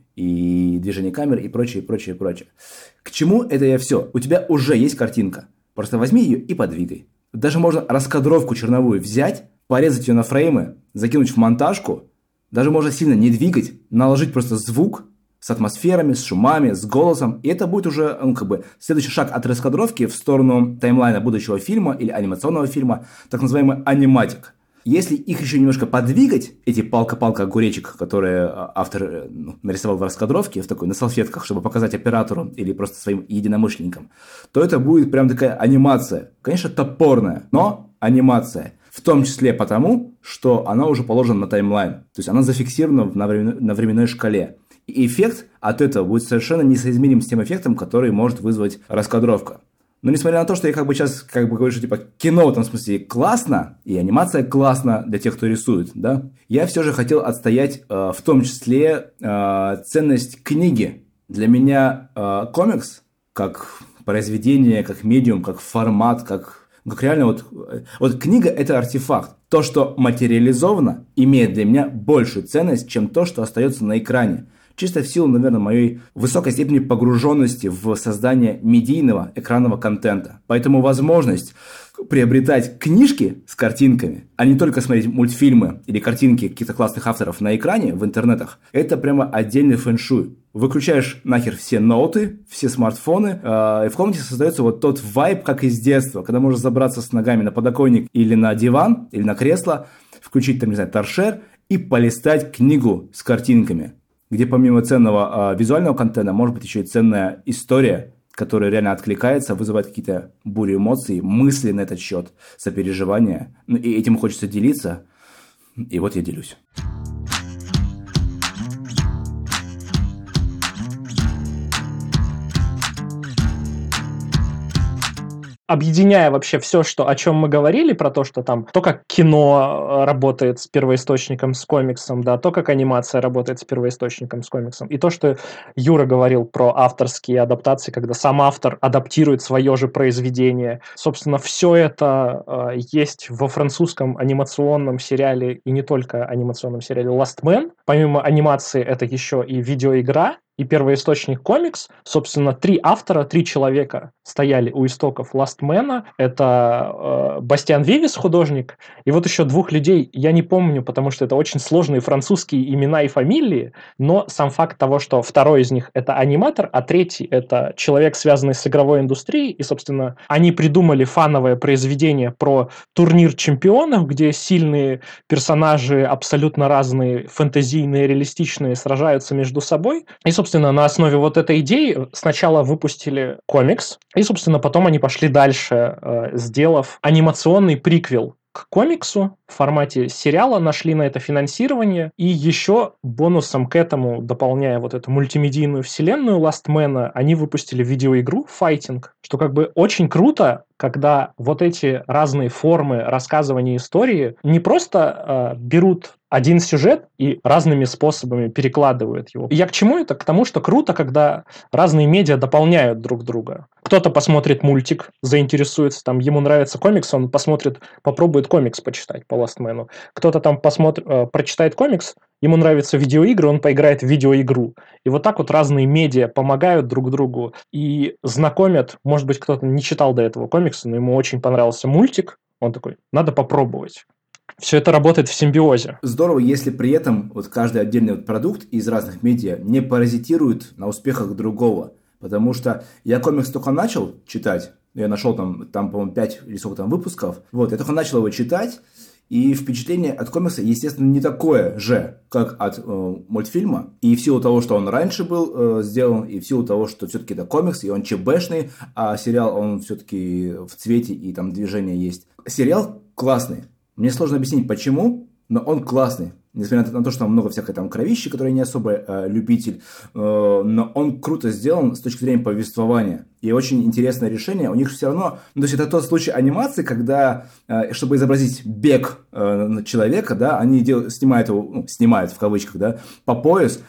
и движение камер, и прочее, прочее, прочее. К чему это я все? У тебя уже есть картинка. Просто возьми ее и подвигай. Даже можно раскадровку черновую взять, порезать ее на фреймы, закинуть в монтажку. Даже можно сильно не двигать, наложить просто звук с атмосферами, с шумами, с голосом. И это будет уже, ну, как бы, следующий шаг от раскадровки в сторону таймлайна будущего фильма или анимационного фильма, так называемый аниматик. Если их еще немножко подвигать, эти палка-палка огуречек, которые автор ну, нарисовал в раскадровке, в такой, на салфетках, чтобы показать оператору или просто своим единомышленникам, то это будет прям такая анимация. Конечно, топорная, но анимация. В том числе потому, что она уже положена на таймлайн. То есть она зафиксирована на, времен... на временной шкале. И эффект от этого будет совершенно несоизмерим с тем эффектом, который может вызвать раскадровка. Но несмотря на то, что я как бы сейчас как бы говорю, что типа кино в этом смысле классно, и анимация классно для тех, кто рисует, да, я все же хотел отстоять э, в том числе э, ценность книги. Для меня э, комикс как произведение, как медиум, как формат, как, как реально вот, вот книга – это артефакт. То, что материализовано, имеет для меня большую ценность, чем то, что остается на экране. Чисто в силу, наверное, моей высокой степени погруженности в создание медийного экранного контента. Поэтому возможность приобретать книжки с картинками, а не только смотреть мультфильмы или картинки каких-то классных авторов на экране, в интернетах, это прямо отдельный фэншуй. Выключаешь нахер все ноуты, все смартфоны, э, и в комнате создается вот тот вайб, как из детства, когда можно забраться с ногами на подоконник или на диван, или на кресло, включить там, не знаю, торшер и полистать книгу с картинками, где помимо ценного э, визуального контента может быть еще и ценная история, которая реально откликается, вызывает какие-то бури эмоций, мысли на этот счет, сопереживания. Ну, и этим хочется делиться. И вот я делюсь. Объединяя вообще все, что, о чем мы говорили, про то, что там, то, как кино работает с первоисточником, с комиксом, да, то, как анимация работает с первоисточником, с комиксом, и то, что Юра говорил про авторские адаптации, когда сам автор адаптирует свое же произведение. Собственно, все это э, есть во французском анимационном сериале, и не только анимационном сериале Last Man. Помимо анимации, это еще и видеоигра, и первоисточник комикс. Собственно, три автора, три человека стояли у истоков Last Man. Это э, Бастиан Вивис, художник, и вот еще двух людей, я не помню, потому что это очень сложные французские имена и фамилии, но сам факт того, что второй из них – это аниматор, а третий – это человек, связанный с игровой индустрией, и, собственно, они придумали фановое произведение про турнир чемпионов, где сильные персонажи, абсолютно разные, фэнтезийные, реалистичные, сражаются между собой. И, собственно, Собственно, на основе вот этой идеи сначала выпустили комикс, и, собственно, потом они пошли дальше, э, сделав анимационный приквел к комиксу в формате сериала, нашли на это финансирование, и еще бонусом к этому, дополняя вот эту мультимедийную вселенную Last Man, они выпустили видеоигру Fighting, что как бы очень круто, когда вот эти разные формы рассказывания истории не просто э, берут один сюжет и разными способами перекладывают его. И я к чему это? К тому, что круто, когда разные медиа дополняют друг друга. Кто-то посмотрит мультик, заинтересуется, там, ему нравится комикс, он посмотрит, попробует комикс почитать по Last Man. Кто-то там посмотрит, э, прочитает комикс, ему нравятся видеоигры, он поиграет в видеоигру. И вот так вот разные медиа помогают друг другу и знакомят. Может быть, кто-то не читал до этого комикса, но ему очень понравился мультик, он такой, надо попробовать. Все это работает в симбиозе. Здорово, если при этом вот каждый отдельный вот продукт из разных медиа не паразитирует на успехах другого. Потому что я комикс только начал читать, я нашел там, там по-моему, пять или сколько там выпусков. Вот, я только начал его читать, и впечатление от комикса, естественно, не такое же, как от э, мультфильма. И в силу того, что он раньше был э, сделан, и в силу того, что все-таки это комикс, и он ЧБшный, а сериал, он все-таки в цвете, и там движение есть. Сериал классный. Мне сложно объяснить, почему, но он классный. Несмотря на то, что там много всякой там кровищи, которой я не особо э, любитель, э, но он круто сделан с точки зрения повествования. И очень интересное решение. У них все равно... Ну, то есть, это тот случай анимации, когда, э, чтобы изобразить бег э, человека, да, они дел... снимают его, ну, снимают в кавычках, да, по пояс,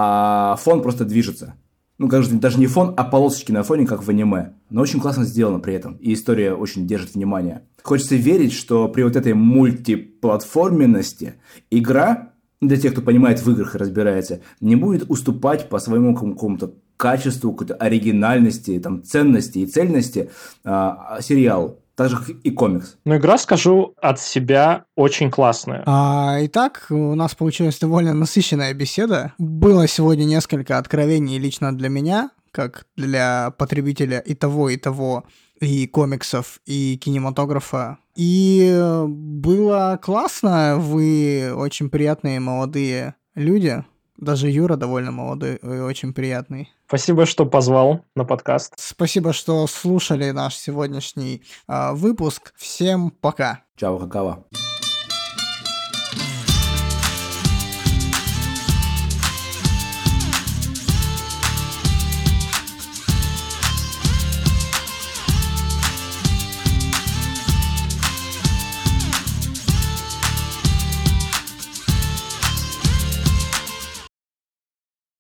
а фон просто движется. Ну, кажется, даже не фон, а полосочки на фоне, как в аниме. Но очень классно сделано при этом. И история очень держит внимание. Хочется верить, что при вот этой мультиплатформенности игра, для тех, кто понимает в играх и разбирается, не будет уступать по своему какому-то качеству, какой-то оригинальности, там, ценности и цельности а, сериалу. Так же, как и комикс. Но игра, скажу от себя, очень классная. А, итак, у нас получилась довольно насыщенная беседа. Было сегодня несколько откровений лично для меня, как для потребителя и того, и того, и комиксов, и кинематографа. И было классно, вы очень приятные молодые люди. Даже Юра довольно молодой и очень приятный. Спасибо, что позвал на подкаст. Спасибо, что слушали наш сегодняшний э, выпуск. Всем пока. Чао, какао.